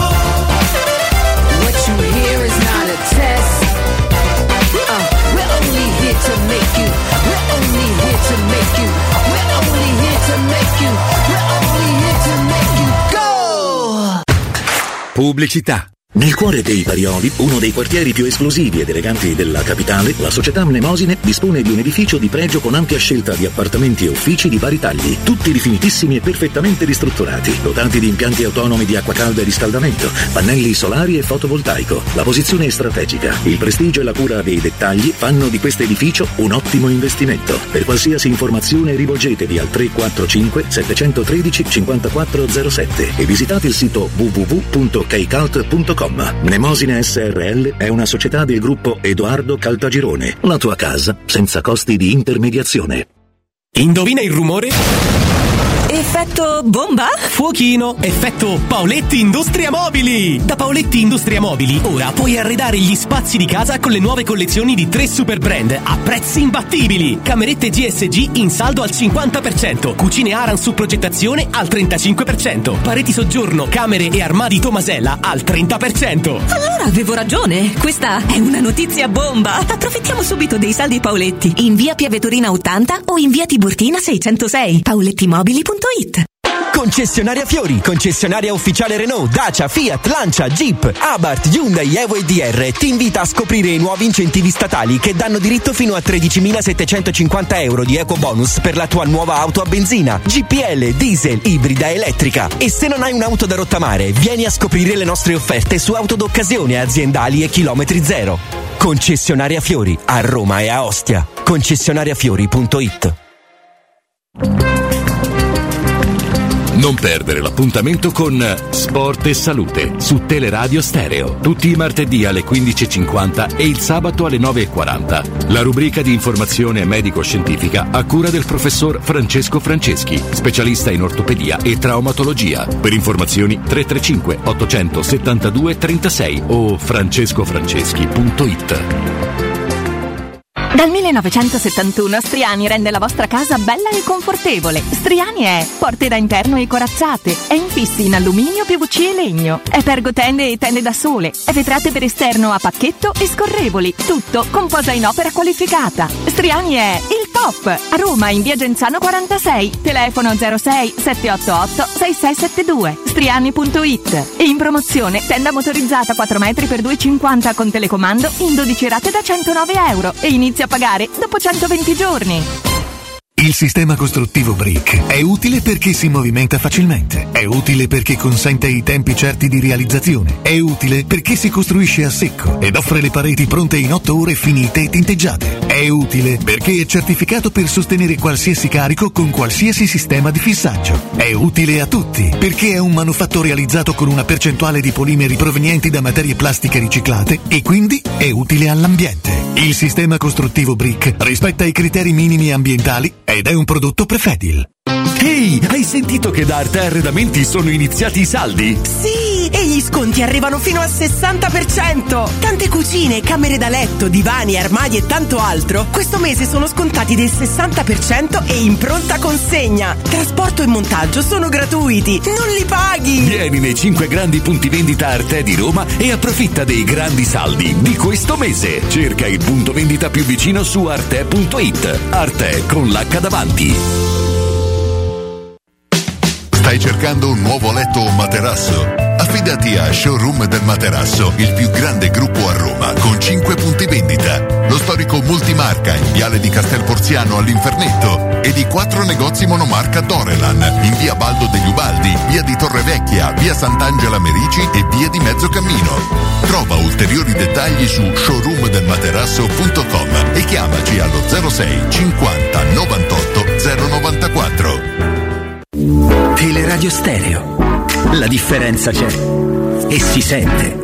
What you hear is not a test. We're only here to make you. We're only here to make you. We're only here to make you. We're only here to make you go. Pubblicità. Nel cuore dei Parioli, uno dei quartieri più esclusivi ed eleganti della capitale, la società Mnemosine dispone di un edificio di pregio con ampia scelta di appartamenti e uffici di vari tagli, tutti rifinitissimi e perfettamente ristrutturati, dotati di impianti autonomi di acqua calda e riscaldamento, pannelli solari e fotovoltaico. La posizione è strategica, il prestigio e la cura dei dettagli fanno di questo edificio un ottimo investimento. Per qualsiasi informazione rivolgetevi al 345 713 5407 e visitate il sito www.keicalt.com. Mnemosine SRL è una società del gruppo Edoardo Caltagirone. La tua casa senza costi di intermediazione. Indovina il rumore? Effetto bomba? Fuochino, effetto Paoletti Industria Mobili. Da Paoletti Industria Mobili ora puoi arredare gli spazi di casa con le nuove collezioni di 3 super brand a prezzi imbattibili. Camerette GSG in saldo al 50%, cucine Aran su progettazione al 35%, pareti soggiorno, camere e armadi Tomasella al 30%. Allora avevo ragione, questa è una notizia bomba. Approfittiamo subito dei saldi Paoletti in via Piavetorina 80 o in via Tiburtina 606. paolettimobili.it. Concessionaria Fiori, concessionaria ufficiale Renault, Dacia, Fiat, Lancia, Jeep, Abarth, Hyundai, Evo e DR ti invita a scoprire i nuovi incentivi statali che danno diritto fino a 13.750 euro di eco bonus per la tua nuova auto a benzina, GPL, diesel, ibrida, elettrica. E se non hai un'auto da rottamare, vieni a scoprire le nostre offerte su auto d'occasione, aziendali e chilometri zero. Concessionaria Fiori, a Roma e a Ostia. Concessionariafiori.it. Non perdere l'appuntamento con Sport e Salute su Teleradio Stereo, tutti i martedì alle 15.50 e il sabato alle 9.40. La rubrica di informazione medico-scientifica a cura del professor Francesco Franceschi, specialista in ortopedia e traumatologia. Per informazioni 335 872 36 o francescofranceschi.it. Dal 1971 Striani rende la vostra casa bella e confortevole. Striani è porte da interno e corazzate, è infissi in alluminio, PVC e legno, è pergotende e tende da sole, è vetrate per esterno a pacchetto e scorrevoli, tutto con posa in opera qualificata. Striani è il top! A Roma in via Genzano 46, telefono 06 788 6672, striani.it. E in promozione tenda motorizzata 4 metri per 2,50 con telecomando in 12 rate da 109 euro e inizia a pagare dopo 120 giorni. Il sistema costruttivo Brick è utile perché si movimenta facilmente, è utile perché consente i tempi certi di realizzazione, è utile perché si costruisce a secco ed offre le pareti pronte in 8 ore finite e tinteggiate, è utile perché è certificato per sostenere qualsiasi carico con qualsiasi sistema di fissaggio, è utile a tutti perché è un manufatto realizzato con una percentuale di polimeri provenienti da materie plastiche riciclate e quindi è utile all'ambiente. Il sistema costruttivo Brick rispetta i criteri minimi ambientali ed è un prodotto Prefedil. Ehi, hai sentito che da Arte Arredamenti sono iniziati i saldi? Sì, e gli sconti arrivano fino al 60%. Tante cucine, camere da letto, divani, armadi e tanto altro questo mese sono scontati del 60% e in pronta consegna. Trasporto e montaggio sono gratuiti, non li paghi. Vieni nei 5 grandi punti vendita Arte di Roma e approfitta dei grandi saldi di questo mese. Cerca il punto vendita più vicino su arte.it. Arte con l'H davanti. Stai cercando un nuovo letto o materasso? Affidati a Showroom del Materasso, il più grande gruppo a Roma, con 5 punti vendita. Lo storico multimarca in Viale di Castel Porziano all'Infernetto e di 4 negozi monomarca Dorelan in via Baldo degli Ubaldi, via di Torrevecchia, via Sant'Angela Merici e via di Mezzocammino. Trova ulteriori dettagli su showroomdelmaterasso.com e chiamaci allo 06 50 98 094. Teleradio Stereo. La differenza c'è e si sente.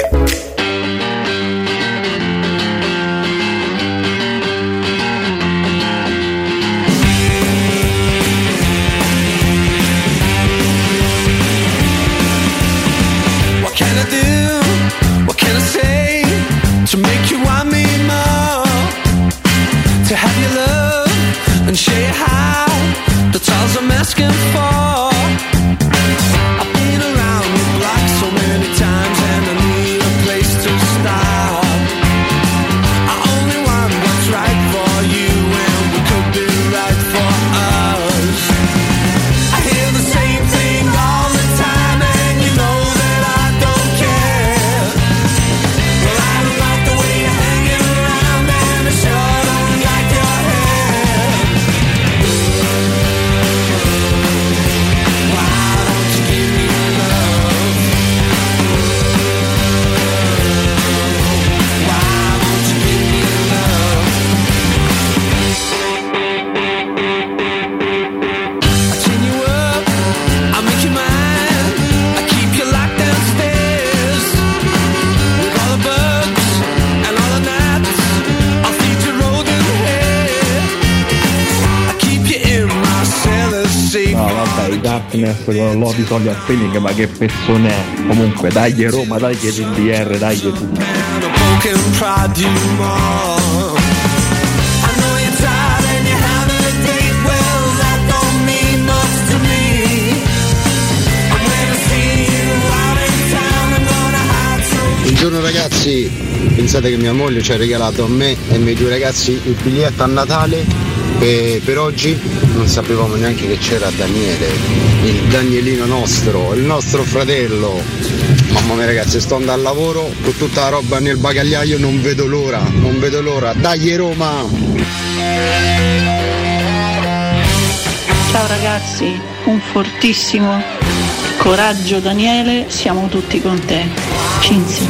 What can I do? What can I say to make you want me more? To have your love and show you how. That's all I'm asking for. I've been around the block so many times and I need a place to stop. I only want what's right for you and we could be right for us. I hear the same thing all the time and you know that I don't care. Dai, Darkness con Lodi Solia Spelling, ma che persone è? Comunque dai Roma, dai che TDR, dai che tu. Buongiorno ragazzi, pensate che mia moglie ci ha regalato a me e ai miei due ragazzi il biglietto a Natale e per oggi non sapevamo neanche che c'era Daniele, il Danielino nostro, il nostro fratello. Mamma mia ragazzi, sto andando al lavoro con tutta la roba nel bagagliaio, non vedo l'ora, dai Roma! Ciao ragazzi, un fortissimo coraggio Daniele, siamo tutti con te. Cinzia.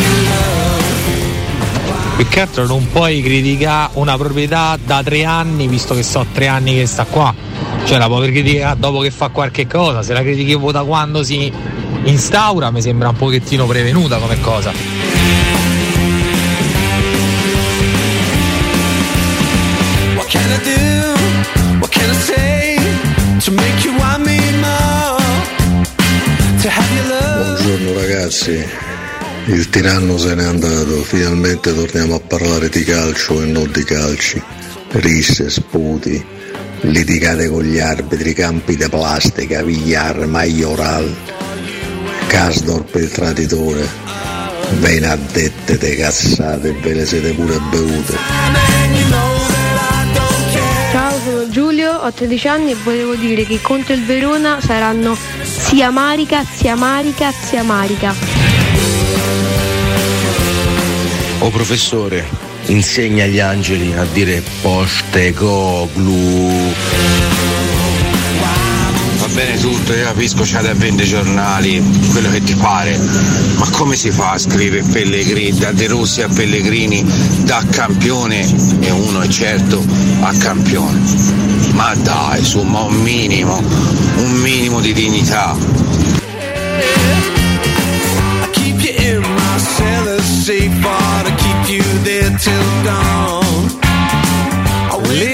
Più che altro non puoi criticare una proprietà da 3 anni, visto che so 3 anni che sta qua. Cioè la puoi criticare dopo che fa qualche cosa, se la critichi da quando si instaura mi sembra un pochettino prevenuta come cosa. What can I do? What can I say to make you want me more? To have your love. Buongiorno ragazzi, il tiranno se n'è andato, finalmente torniamo a parlare di calcio e non di calci, risse, sputi, litigate con gli arbitri, campi di plastica, Villar, Majoral, Kasdorp il traditore, benedette te cazzate, ve le siete pure bevute. Ciao, sono Giulio, ho 13 anni e volevo dire che contro il Verona saranno zia Marica, zia Marica, zia Marica. Oh professore, insegna agli angeli a dire Postecoglou. Va bene tutto, io capisco, c'è da 20 giornali, quello che ti pare, ma come si fa a scrivere Pellegrini, da De Rossi a Pellegrini, da campione, e uno è certo a campione? Ma dai, su, ma un minimo di dignità. Le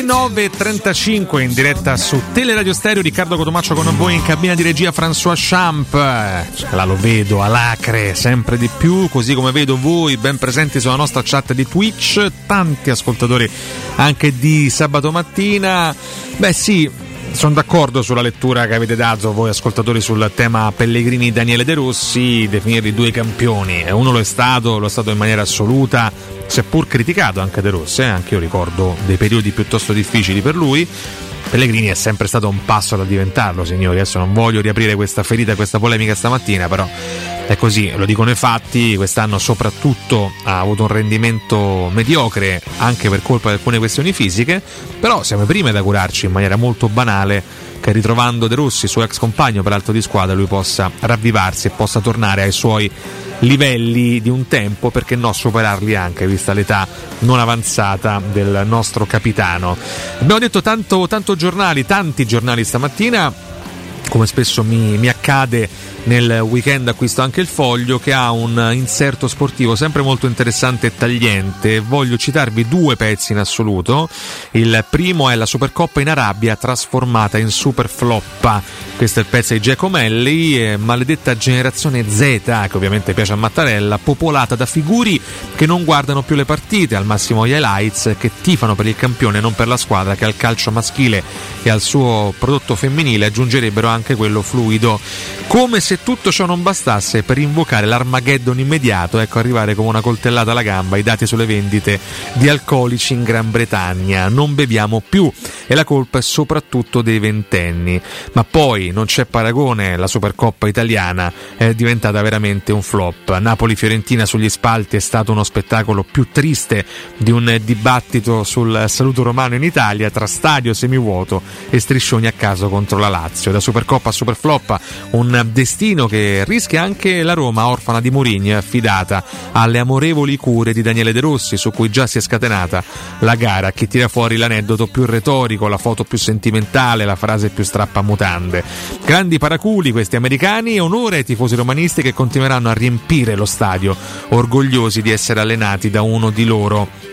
9.35 in diretta su Teleradio Stereo, Riccardo Cotomaccio con voi in cabina di regia, François Champ, là lo vedo all'acre sempre di più, così come vedo voi ben presenti sulla nostra chat di Twitch, tanti ascoltatori anche di sabato mattina. Beh sì, sono d'accordo sulla lettura che avete dato voi ascoltatori sul tema Pellegrini Daniele De Rossi, definirli due campioni, e uno lo è stato in maniera assoluta, seppur criticato anche De Rossi, anche io ricordo dei periodi piuttosto difficili per lui. Pellegrini è sempre stato un passo dal diventarlo, signori. Adesso non voglio riaprire questa ferita, questa polemica stamattina, però è così, lo dicono i fatti. Quest'anno soprattutto ha avuto un rendimento mediocre anche per colpa di alcune questioni fisiche, però siamo i primi ad augurarci in maniera molto banale che ritrovando De Rossi, suo ex compagno peraltro di squadra, lui possa ravvivarsi e possa tornare ai suoi livelli di un tempo, perché no superarli anche, vista l'età non avanzata del nostro capitano. Abbiamo detto tanti giornali stamattina, come spesso mi accade nel weekend acquisto anche il Foglio, che ha un inserto sportivo sempre molto interessante e tagliente. Voglio citarvi 2 pezzi in assoluto. Il primo è la Supercoppa in Arabia trasformata in Superfloppa. Questo è il pezzo di Giacomelli, maledetta generazione Z, che ovviamente piace a Mattarella, popolata da figuri che non guardano più le partite, al massimo gli highlights, che tifano per il campione e non per la squadra, che al calcio maschile e al suo prodotto femminile aggiungerebbero anche quello fluido. Come se tutto ciò non bastasse, per invocare l'Armageddon immediato, ecco arrivare come una coltellata alla gamba i dati sulle vendite di alcolici in Gran Bretagna. Non beviamo più e la colpa è soprattutto dei ventenni. Ma poi non c'è paragone, la Supercoppa italiana è diventata veramente un flop. Napoli-Fiorentina sugli spalti è stato uno spettacolo più triste di un dibattito sul saluto romano in Italia, tra stadio semivuoto e striscioni a caso contro la Lazio. Da Supercoppa a Superfloppa, un destino che rischia anche la Roma, orfana di Mourinho, affidata alle amorevoli cure di Daniele De Rossi, su cui già si è scatenata la gara. Chi tira fuori l'aneddoto più retorico, la foto più sentimentale, la frase più strappamutande. Grandi paraculi questi americani, onore ai tifosi romanisti che continueranno a riempire lo stadio, orgogliosi di essere allenati da uno di loro.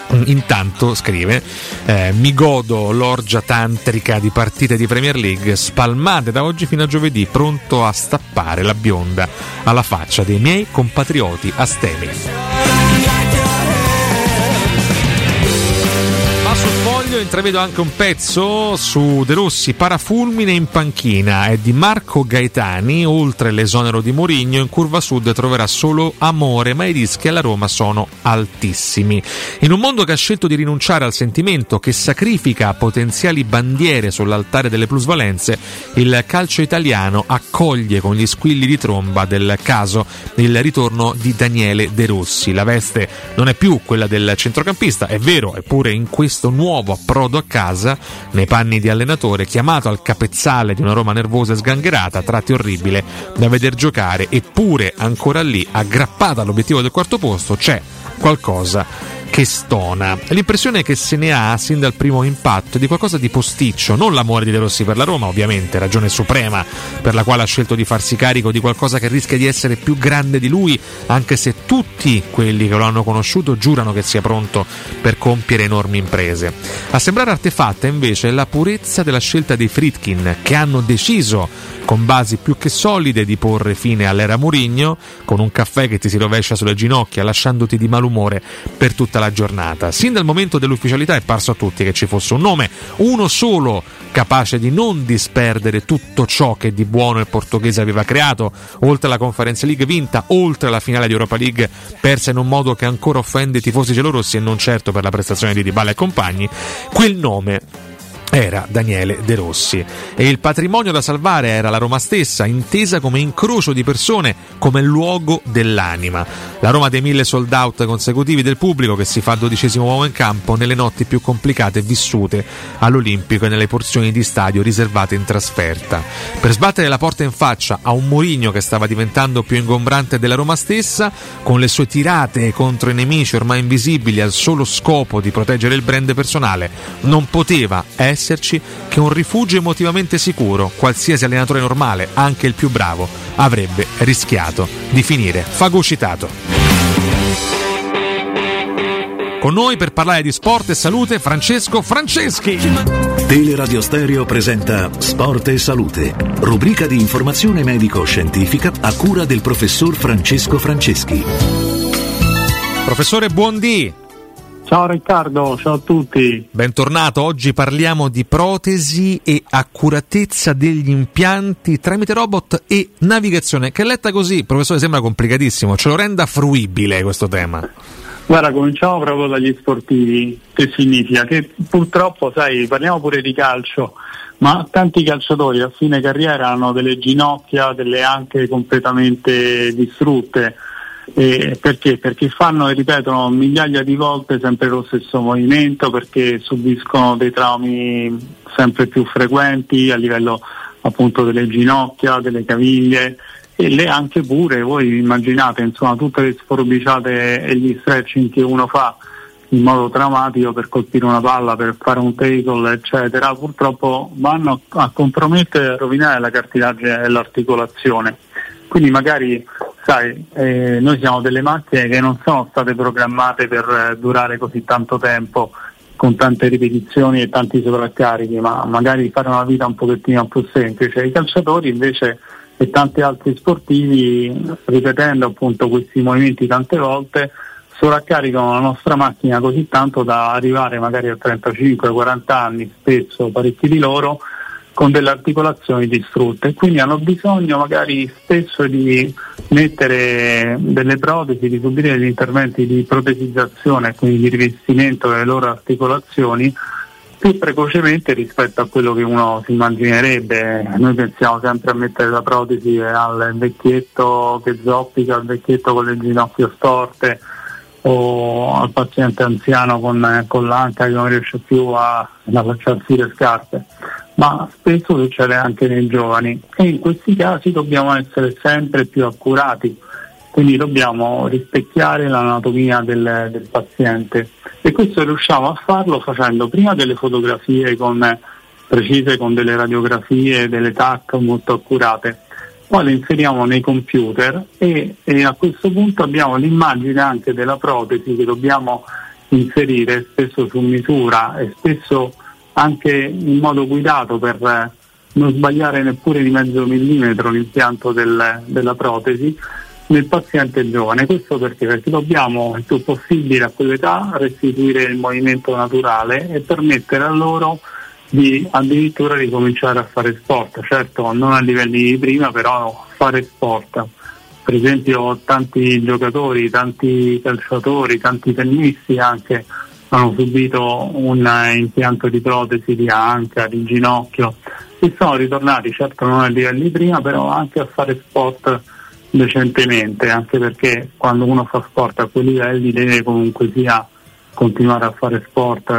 Intanto, scrive, mi godo l'orgia tantrica di partite di Premier League spalmate da oggi fino a giovedì, pronto a stappare la bionda alla faccia dei miei compatrioti astemi. Sul foglio intravedo anche un pezzo su De Rossi, parafulmine in panchina, è di Marco Gaetani. Oltre l'esonero di Mourinho, in curva sud troverà solo amore, ma i rischi alla Roma sono altissimi. In un mondo che ha scelto di rinunciare al sentimento, che sacrifica potenziali bandiere sull'altare delle plusvalenze, il calcio italiano accoglie con gli squilli di tromba del caso il ritorno di Daniele De Rossi. La veste non è più quella del centrocampista, è vero, eppure in questo nuovo approdo a casa, nei panni di allenatore, chiamato al capezzale di una Roma nervosa e sgangherata, a tratti orribile da veder giocare, eppure ancora lì, aggrappata all'obiettivo del quarto posto, c'è qualcosa che stona. L'impressione che se ne ha sin dal primo impatto è di qualcosa di posticcio, non l'amore di De Rossi per la Roma, ovviamente, ragione suprema per la quale ha scelto di farsi carico di qualcosa che rischia di essere più grande di lui, anche se tutti quelli che lo hanno conosciuto giurano che sia pronto per compiere enormi imprese. A sembrare artefatta invece è la purezza della scelta dei Friedkin, che hanno deciso con basi più che solide di porre fine all'era Mourinho, con un caffè che ti si rovescia sulle ginocchia, lasciandoti di malumore per tutta la giornata. Sin dal momento dell'ufficialità è parso a tutti che ci fosse un nome, uno solo, capace di non disperdere tutto ciò che di buono il portoghese aveva creato, oltre alla Conference League vinta, oltre alla finale di Europa League persa in un modo che ancora offende i tifosi giallorossi, e non certo per la prestazione di Dybala e compagni. Quel nome era Daniele De Rossi, e il patrimonio da salvare era la Roma stessa, intesa come incrocio di persone, come luogo dell'anima. La Roma dei 1000 sold out consecutivi del pubblico, che si fa 12° uomo in campo nelle notti più complicate vissute all'Olimpico e nelle porzioni di stadio riservate in trasferta, per sbattere la porta in faccia a un Mourinho che stava diventando più ingombrante della Roma stessa, con le sue tirate contro i nemici ormai invisibili al solo scopo di proteggere il brand personale. Non poteva esserci che un rifugio emotivamente sicuro. Qualsiasi allenatore normale, anche il più bravo, avrebbe rischiato di finire fagocitato. Con noi per parlare di sport e salute Francesco Franceschi. Teleradio Stereo presenta Sport e Salute, rubrica di informazione medico-scientifica a cura del professor Francesco Franceschi. Professore, buondì. Ciao Riccardo, ciao a tutti. Bentornato, oggi parliamo di protesi e accuratezza degli impianti tramite robot e navigazione, che letta così, professore, sembra complicatissimo, ce lo renda fruibile questo tema. Guarda, cominciamo proprio dagli sportivi, che significa che purtroppo, sai, parliamo pure di calcio, ma tanti calciatori a fine carriera hanno delle ginocchia, delle anche completamente distrutte. Perché? Perché fanno e ripetono migliaia di volte sempre lo stesso movimento, perché subiscono dei traumi sempre più frequenti a livello appunto delle ginocchia, delle caviglie e le anche pure, voi immaginate, insomma, tutte le sforbiciate e gli stretching che uno fa in modo traumatico per colpire una palla, per fare un tackle, eccetera, purtroppo vanno a compromettere e a rovinare la cartilagine e l'articolazione. Quindi magari, sai, noi siamo delle macchine che non sono state programmate per durare così tanto tempo, con tante ripetizioni e tanti sovraccarichi, ma magari fare una vita un pochettino più semplice. I calciatori invece e tanti altri sportivi, ripetendo appunto questi movimenti tante volte, sovraccaricano la nostra macchina così tanto da arrivare magari a 35-40 anni, spesso parecchi di loro, con delle articolazioni distrutte, quindi hanno bisogno magari spesso di mettere delle protesi, di subire degli interventi di protesizzazione, quindi di rivestimento delle loro articolazioni più precocemente rispetto a quello che uno si immaginerebbe. Noi pensiamo sempre a mettere la protesi al vecchietto che zoppica, al vecchietto con le ginocchia storte o al paziente anziano con l'anca che non riesce più a allacciarsi le scarpe, ma spesso succede anche nei giovani e in questi casi dobbiamo essere sempre più accurati, quindi dobbiamo rispecchiare l'anatomia del paziente e questo riusciamo a farlo facendo prima delle fotografie precise con delle radiografie, delle TAC molto accurate, poi le inseriamo nei computer e a questo punto abbiamo l'immagine anche della protesi che dobbiamo inserire, spesso su misura e spesso anche in modo guidato per non sbagliare neppure di mezzo millimetro l'impianto della protesi nel paziente giovane. Questo perché dobbiamo il più possibile a quell'età restituire il movimento naturale e permettere a loro di addirittura ricominciare a fare sport, certo non a livelli di prima, però fare sport. Per esempio tanti giocatori, tanti calciatori, tanti tennisti anche hanno subito un impianto di protesi di anca, di ginocchio e sono ritornati, certo non a livelli di prima, però anche a fare sport decentemente, anche perché quando uno fa sport a quei livelli deve comunque sia continuare a fare sport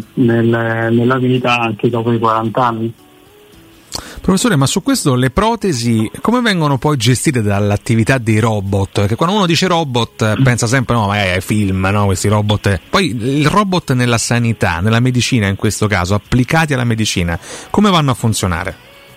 nella vita anche dopo i 40 anni. Professore, ma su questo le protesi come vengono poi gestite dall'attività dei robot? Perché quando uno dice robot pensa sempre no, magari ai film, no, questi robot. Poi il robot nella sanità, nella medicina in questo caso, applicati alla medicina, come vanno a funzionare?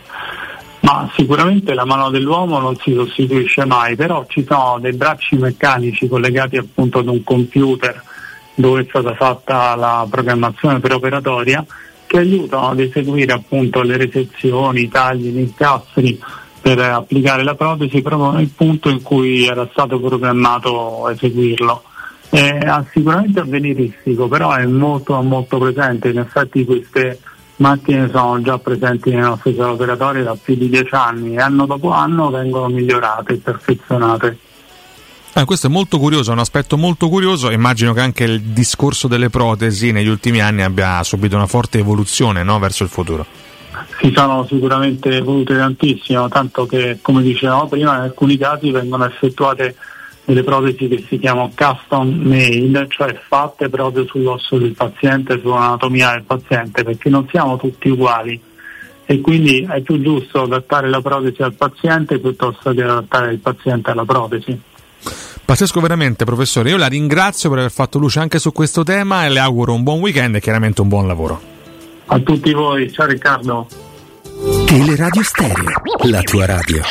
Ma sicuramente la mano dell'uomo non si sostituisce mai, però ci sono dei bracci meccanici collegati appunto ad un computer dove è stata fatta la programmazione preoperatoria, che aiutano ad eseguire appunto le resezioni, i tagli, gli incastri per applicare la protesi proprio nel punto in cui era stato programmato eseguirlo. È sicuramente avveniristico, però è molto molto presente. In effetti queste macchine sono già presenti nelle nostre sale operatorie da più di 10 anni e anno dopo anno vengono migliorate e perfezionate. Questo è molto curioso, è un aspetto molto curioso. Immagino che anche il discorso delle protesi negli ultimi anni abbia subito una forte evoluzione, no, verso il futuro. Si sono sicuramente evolute tantissimo, tanto che, come dicevamo prima, in alcuni casi vengono effettuate delle protesi che si chiamano custom made, cioè fatte proprio sull'osso del paziente, sull'anatomia del paziente, perché non siamo tutti uguali e quindi è più giusto adattare la protesi al paziente piuttosto che adattare il paziente alla protesi. Pazzesco veramente, professore. Io la ringrazio per aver fatto luce anche su questo tema e le auguro un buon weekend e chiaramente un buon lavoro. A tutti voi, ciao Riccardo. Teleradio Stereo, la tua radio.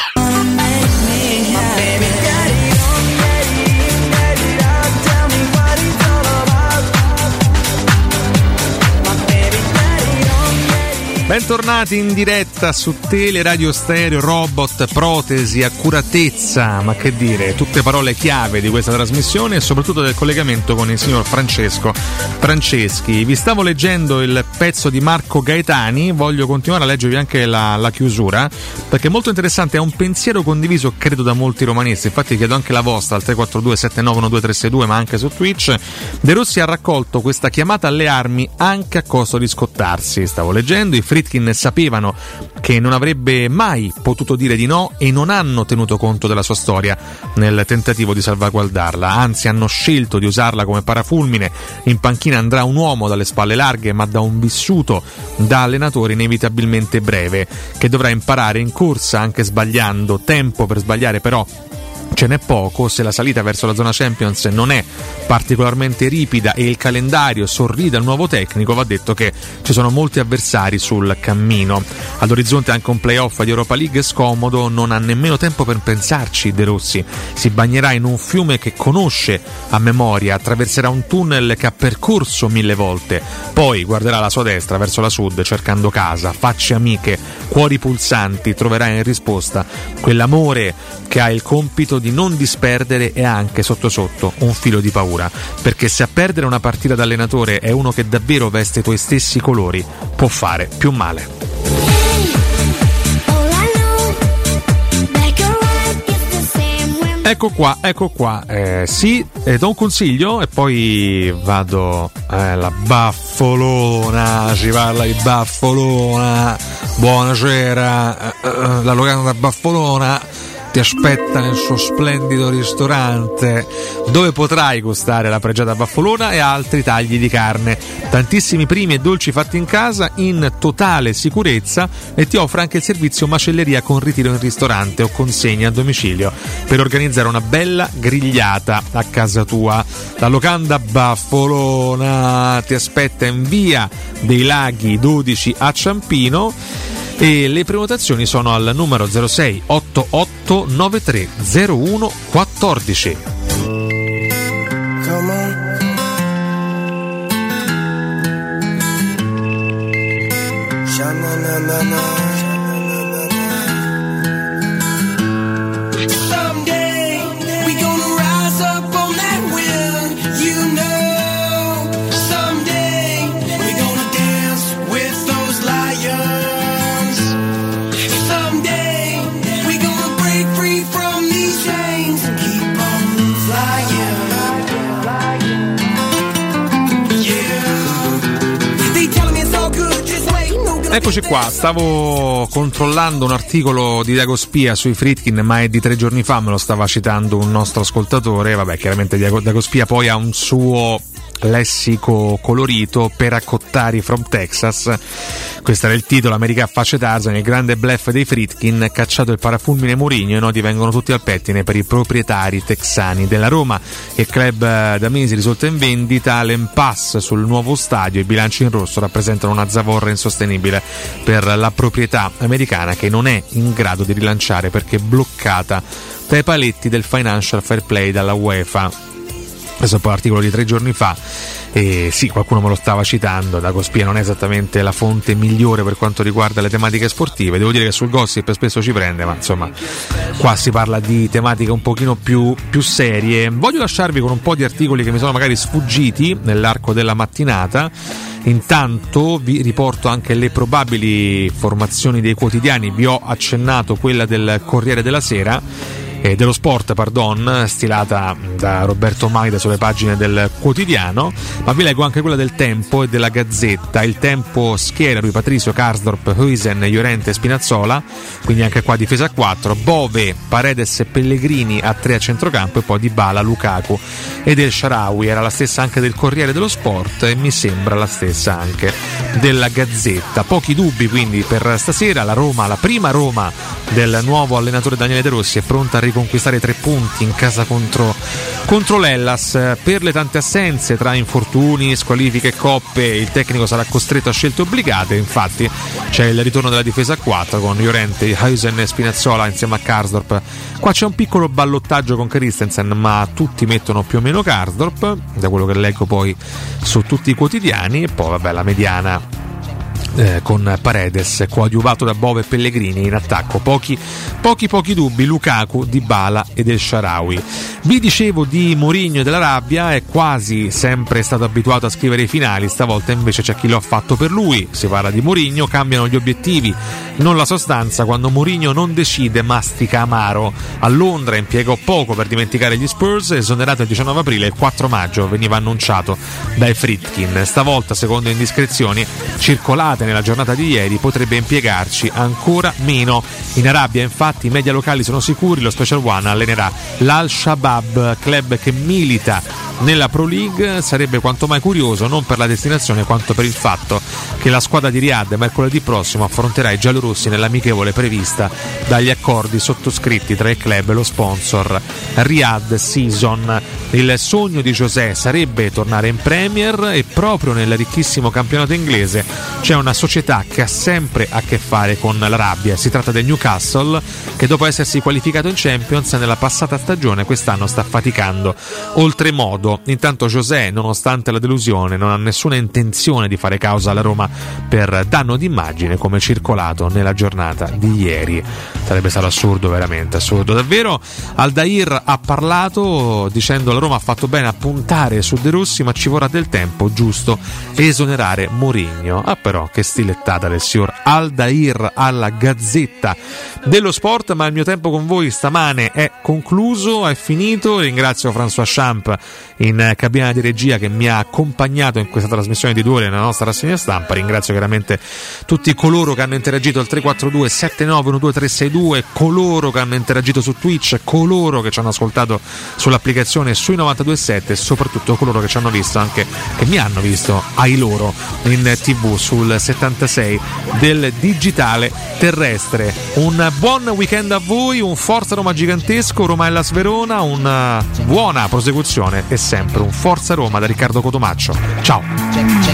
Bentornati in diretta su Teleradio Stereo, robot, protesi, accuratezza, ma che dire, tutte parole chiave di questa trasmissione e soprattutto del collegamento con il signor Francesco Franceschi. Vi stavo leggendo il pezzo di Marco Gaetani, voglio continuare a leggervi anche la chiusura, perché è molto interessante, è un pensiero condiviso credo da molti romanisti, infatti chiedo anche la vostra al 342 7912 362 ma anche su Twitch. De Rossi ha raccolto questa chiamata alle armi anche a costo di scottarsi, stavo leggendo, i Friedkin sapevano che non avrebbe mai potuto dire di no e non hanno tenuto conto della sua storia nel tentativo di salvaguardarla, anzi hanno scelto di usarla come parafulmine. In panchina andrà un uomo dalle spalle larghe ma da un vissuto da allenatore inevitabilmente breve, che dovrà imparare in corsa anche sbagliando, tempo per sbagliare però ce n'è poco. Se la salita verso la zona Champions non è particolarmente ripida e il calendario sorride al nuovo tecnico, va detto che ci sono molti avversari sul cammino. All'orizzonte anche un playoff di Europa League scomodo, non ha nemmeno tempo per pensarci De Rossi. Si bagnerà in un fiume che conosce a memoria, attraverserà un tunnel che ha percorso 1000 volte, poi guarderà alla sua destra verso la sud cercando casa, facce amiche, cuori pulsanti, troverà in risposta quell'amore che ha il compito di non disperdere e anche sotto sotto un filo di paura, perché se a perdere una partita d'allenatore è uno che davvero veste i tuoi stessi colori, può fare più male. Ecco qua, sì, do un consiglio e poi vado alla Baffolona, si parla di Baffolona, buonasera, la locanda Baffolona ti aspetta nel suo splendido ristorante dove potrai gustare la pregiata baffolona e altri tagli di carne, tantissimi primi e dolci fatti in casa in totale sicurezza, e ti offre anche il servizio macelleria con ritiro in ristorante o consegna a domicilio per organizzare una bella grigliata a casa tua. La locanda Baffolona ti aspetta in via dei Laghi 12 a Ciampino e le prenotazioni sono al numero 06 88 93 01 14. Eccoci qua, stavo controllando un articolo di Dago Spia sui Friedkin, ma è di 3 giorni fa, me lo stava citando un nostro ascoltatore. Vabbè, chiaramente Dago Spia poi ha un suo lessico colorito per accottari from Texas. Questo era il titolo: America face Tarzan, il grande bluff dei Friedkin, cacciato il parafulmine Mourinho, i nodi vengono tutti al pettine per i proprietari texani della Roma. Il club da mesi risulta in vendita, l'impasse sul nuovo stadio, i bilanci in rosso rappresentano una zavorra insostenibile per la proprietà americana, che non è in grado di rilanciare perché è bloccata dai paletti del financial fair play dalla UEFA. Questo è poi l'articolo di 3 giorni fa, e sì, qualcuno me lo stava citando. Dago Spia non è esattamente la fonte migliore per quanto riguarda le tematiche sportive, devo dire che sul gossip spesso ci prende, ma insomma qua si parla di tematiche un pochino più serie. Voglio lasciarvi con un po' di articoli che mi sono magari sfuggiti nell'arco della mattinata. Intanto vi riporto anche le probabili formazioni dei quotidiani. Vi ho accennato quella del Corriere della Sera, dello Sport, stilata da Roberto Maida sulle pagine del quotidiano, ma vi leggo anche quella del Tempo e della Gazzetta. Il Tempo schiera Rui Patricio, Karsdorp, Huijsen, Llorente e Spinazzola, quindi anche qua difesa a 4, Bove, Paredes e Pellegrini a 3 a centrocampo, e poi Dybala, Lukaku ed El Shaarawy. Era la stessa anche del Corriere dello Sport e mi sembra la stessa anche della Gazzetta. Pochi dubbi quindi per stasera. La Roma, la prima Roma del nuovo allenatore Daniele De Rossi, è pronta a riconquistare 3 punti in casa contro l'Hellas. Per le tante assenze tra infortuni, squalifiche e coppe, il tecnico sarà costretto a scelte obbligate. Infatti c'è il ritorno della difesa a 4 con Llorente, Huijsen e Spinazzola insieme a Karsdorp. Qua c'è un piccolo ballottaggio con Christensen, ma tutti mettono più o meno Karsdorp, da quello che leggo poi su tutti i quotidiani. E poi vabbè, la mediana con Paredes coadiuvato da Bove e Pellegrini in attacco. Pochi dubbi: Lukaku, Dybala ed El Shaarawy. Vi dicevo di Mourinho e della rabbia, è quasi sempre stato abituato a scrivere i finali, stavolta invece c'è chi lo ha fatto per lui. Si parla di Mourinho, cambiano gli obiettivi, non la sostanza. Quando Mourinho non decide, mastica amaro. A Londra impiegò poco per dimenticare gli Spurs, esonerato il 19 aprile, il 4 maggio veniva annunciato dai Friedkin. Stavolta, secondo indiscrezioni circolate nella giornata di ieri, potrebbe impiegarci ancora meno. In Arabia infatti i media locali sono sicuri: lo Special One allenerà l'Al-Shabaab, club che milita nella Pro League. Sarebbe quanto mai curioso, non per la destinazione quanto per il fatto che la squadra di Riyadh mercoledì prossimo affronterà i giallorossi nell'amichevole prevista dagli accordi sottoscritti tra il club e lo sponsor Riyadh Season. Il sogno di José sarebbe tornare in Premier, e proprio nel ricchissimo campionato inglese c'è una società che ha sempre a che fare con l'Arabia. Si tratta del Newcastle, che dopo essersi qualificato in Champions nella passata stagione quest'anno sta faticando oltremodo. Intanto José, nonostante la delusione, non ha nessuna intenzione di fare causa alla Roma per danno d'immagine, come circolato nella giornata di ieri. Sarebbe stato assurdo, veramente assurdo davvero. Aldair ha parlato dicendo: la Roma ha fatto bene a puntare su De Rossi, ma ci vorrà del tempo, giusto esonerare Mourinho. Però che stilettata del signor Aldair alla Gazzetta dello Sport. Ma il mio tempo con voi stamane è concluso, è finito. Ringrazio François Champ in cabina di regia che mi ha accompagnato in questa trasmissione di 2 ore nella nostra rassegna stampa. Ringrazio chiaramente tutti coloro che hanno interagito al 342 7912 362, coloro che hanno interagito su Twitch, coloro che ci hanno ascoltato sull'applicazione sui 92.7 e soprattutto coloro che ci hanno visto, anche che mi hanno visto ai loro in TV sul 76 del digitale terrestre. Un buon weekend a voi, un Forza Roma gigantesco, Roma Hellas Verona, una buona prosecuzione e sempre un Forza Roma da Riccardo Cotomaccio. Ciao.